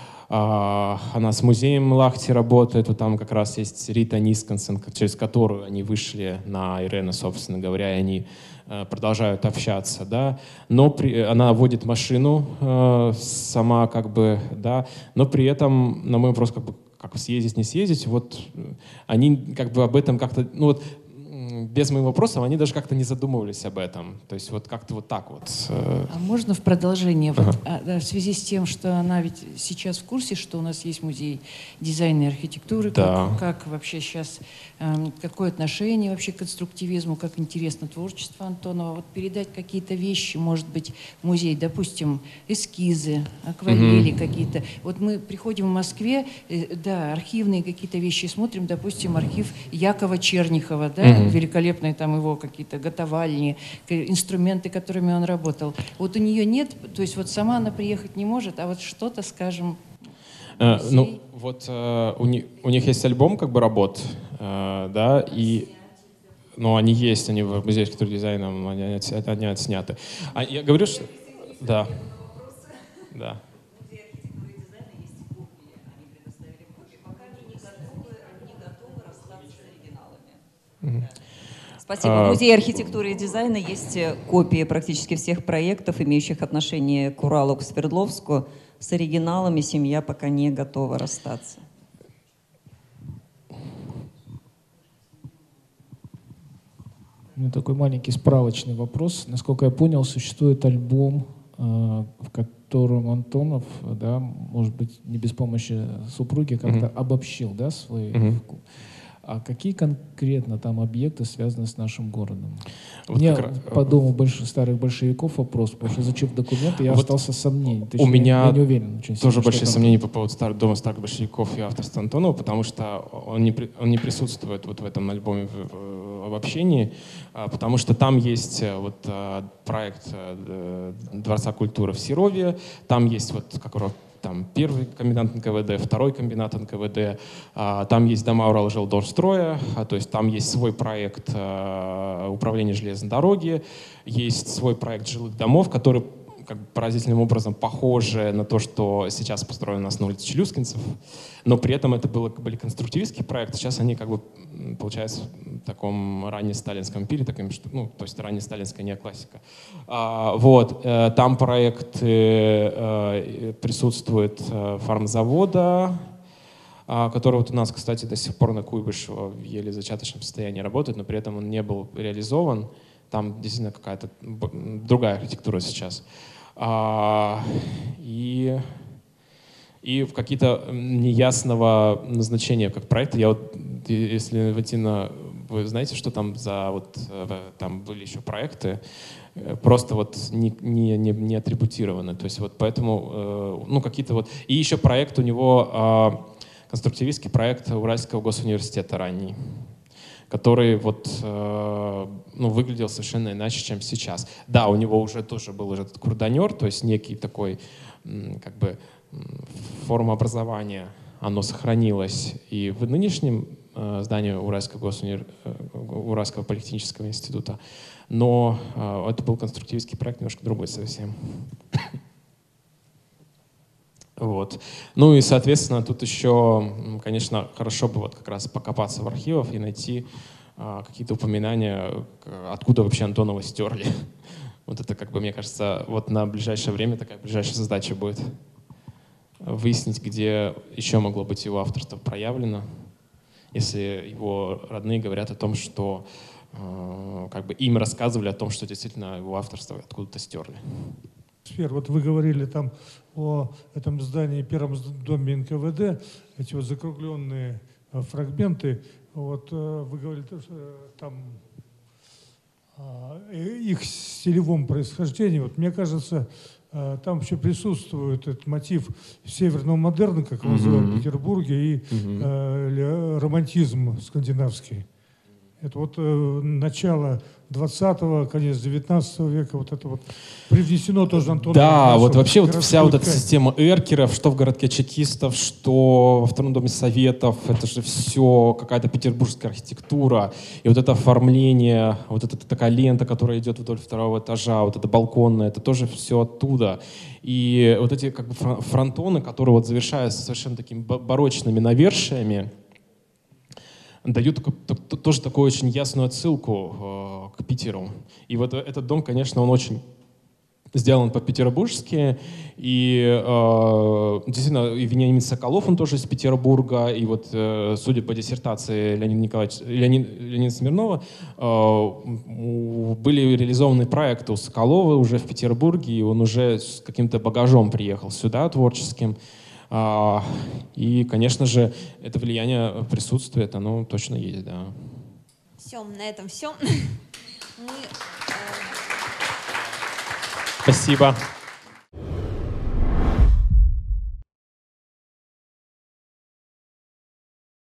она с музеем Лахти работает, вот там как раз есть Рита Нискансен, через которую они вышли на Ирену, собственно говоря, и они продолжают общаться, да, но она водит машину сама, как бы, да, но при этом, на мой вопрос, как бы, как съездить, не съездить, вот они как бы об этом как-то, ну вот, без моих вопросов, они даже как-то не задумывались об этом. То есть вот как-то вот так вот. А можно в продолжение? Вот, в связи с тем, что она ведь сейчас в курсе, что у нас есть музей дизайна и архитектуры, Да. как вообще сейчас, какое отношение вообще к конструктивизму, как интересно творчество Антонова. Вот передать какие-то вещи, может быть, в музей, допустим, эскизы, акварели какие-то. Вот мы приходим в Москве, да, архивные какие-то вещи смотрим, допустим, архив Якова Чернихова, да, великолепные там его какие-то готовальни, инструменты, которыми он работал. Вот у нее нет, то есть вот сама она приехать не может, а вот что-то, скажем, ну, вот у них есть альбом как бы работ, да, и ну, они есть, они в музее архитектуры и дизайна, они отсняты. А я говорю, что... Да. Да. Спасибо. В Музее архитектуры и дизайна есть копии практически всех проектов, имеющих отношение к Уралу, к Свердловску. С оригиналами семья пока не готова расстаться. Такой маленький справочный вопрос. Насколько я понял, существует альбом, в котором Антонов, да, может быть, не без помощи супруги, как-то обобщил, да, свой вкус. А какие конкретно там объекты связаны с нашим городом? Вот Мне по дому старых большевиков вопрос, потому что изучив документы, я вот остался сомнений. У меня я не уверен, тоже большие сомнения по поводу дома старых большевиков и авторства Антонова, потому что он не присутствует вот в этом альбоме в обобщении, потому что там есть вот проект Дворца культуры в Серове, там есть вот как там первый комбинат НКВД, второй комбинат НКВД, там есть дома Уралжилдорстроя, то есть там есть свой проект управления железной дороги, есть свой проект жилых домов, который как бы поразительным образом похожи на то, что сейчас построено у нас на улице Челюскинцев, но при этом это были конструктивистские проекты, сейчас они как бы получается в таком раннесталинском пиле, таким, что, ну, то есть раннесталинская неоклассика. Там проекты присутствует фармзавода, который вот у нас, кстати, до сих пор на Куйбышева в еле зачаточном состоянии работает, но при этом он не был реализован. Там действительно какая-то другая архитектура сейчас. И в какие-то неясного назначения как проекта. Я вот, если Ватина, вы знаете, что там там были еще проекты, просто вот не атрибутированы. То есть вот поэтому, ну, какие-то вот... И еще проект у него, конструктивистский проект Уральского госуниверситета ранний, который вот, выглядел совершенно иначе, чем сейчас. Да, у него уже тоже был этот курданер, то есть некий такой, как бы, форма образования, оно сохранилось и в нынешнем здании Уральского политехнического института, но это был конструктивистский проект, немножко другой совсем. Вот. Ну и, соответственно, тут еще, конечно, хорошо бы вот как раз покопаться в архивах и найти какие-то упоминания, откуда вообще Антонова стерли. Вот это, как бы, мне кажется, вот на ближайшее время такая ближайшая задача будет выяснить, где еще могло быть его авторство проявлено, если его родные говорят о том, что как бы им рассказывали о том, что действительно его авторство откуда-то стерли. Вот вы говорили там о этом здании, первом доме НКВД, эти вот закругленные фрагменты. Вот вы говорили, что там их стилевом происхождении. Вот мне кажется, там вообще присутствует этот мотив северного модерна, как его называют в Петербурге, и романтизм скандинавский. Это вот начало 20-го, конец 19 века, вот это вот привнесено тоже Антоном. Да, вот вообще вот вся вот эта система эркеров, что в городке чекистов, что во Втором доме Советов, это же все какая-то петербургская архитектура. И вот это оформление, вот эта такая лента, которая идет вдоль второго этажа, вот это балконное, это тоже все оттуда. И вот эти как бы фронтоны, которые вот завершаются совершенно такими барочными навершиями, дают тоже такую очень ясную отсылку к Питеру. И вот этот дом, конечно, он очень сделан по-петербургски. И действительно, и Вениамин Соколов, он тоже из Петербурга. И вот, судя по диссертации Леонида Смирнова, были реализованы проекты у Соколова уже в Петербурге, и он уже с каким-то багажом приехал сюда творческим. И, конечно же, это влияние присутствует, оно точно есть, да. Все, на этом все. Спасибо.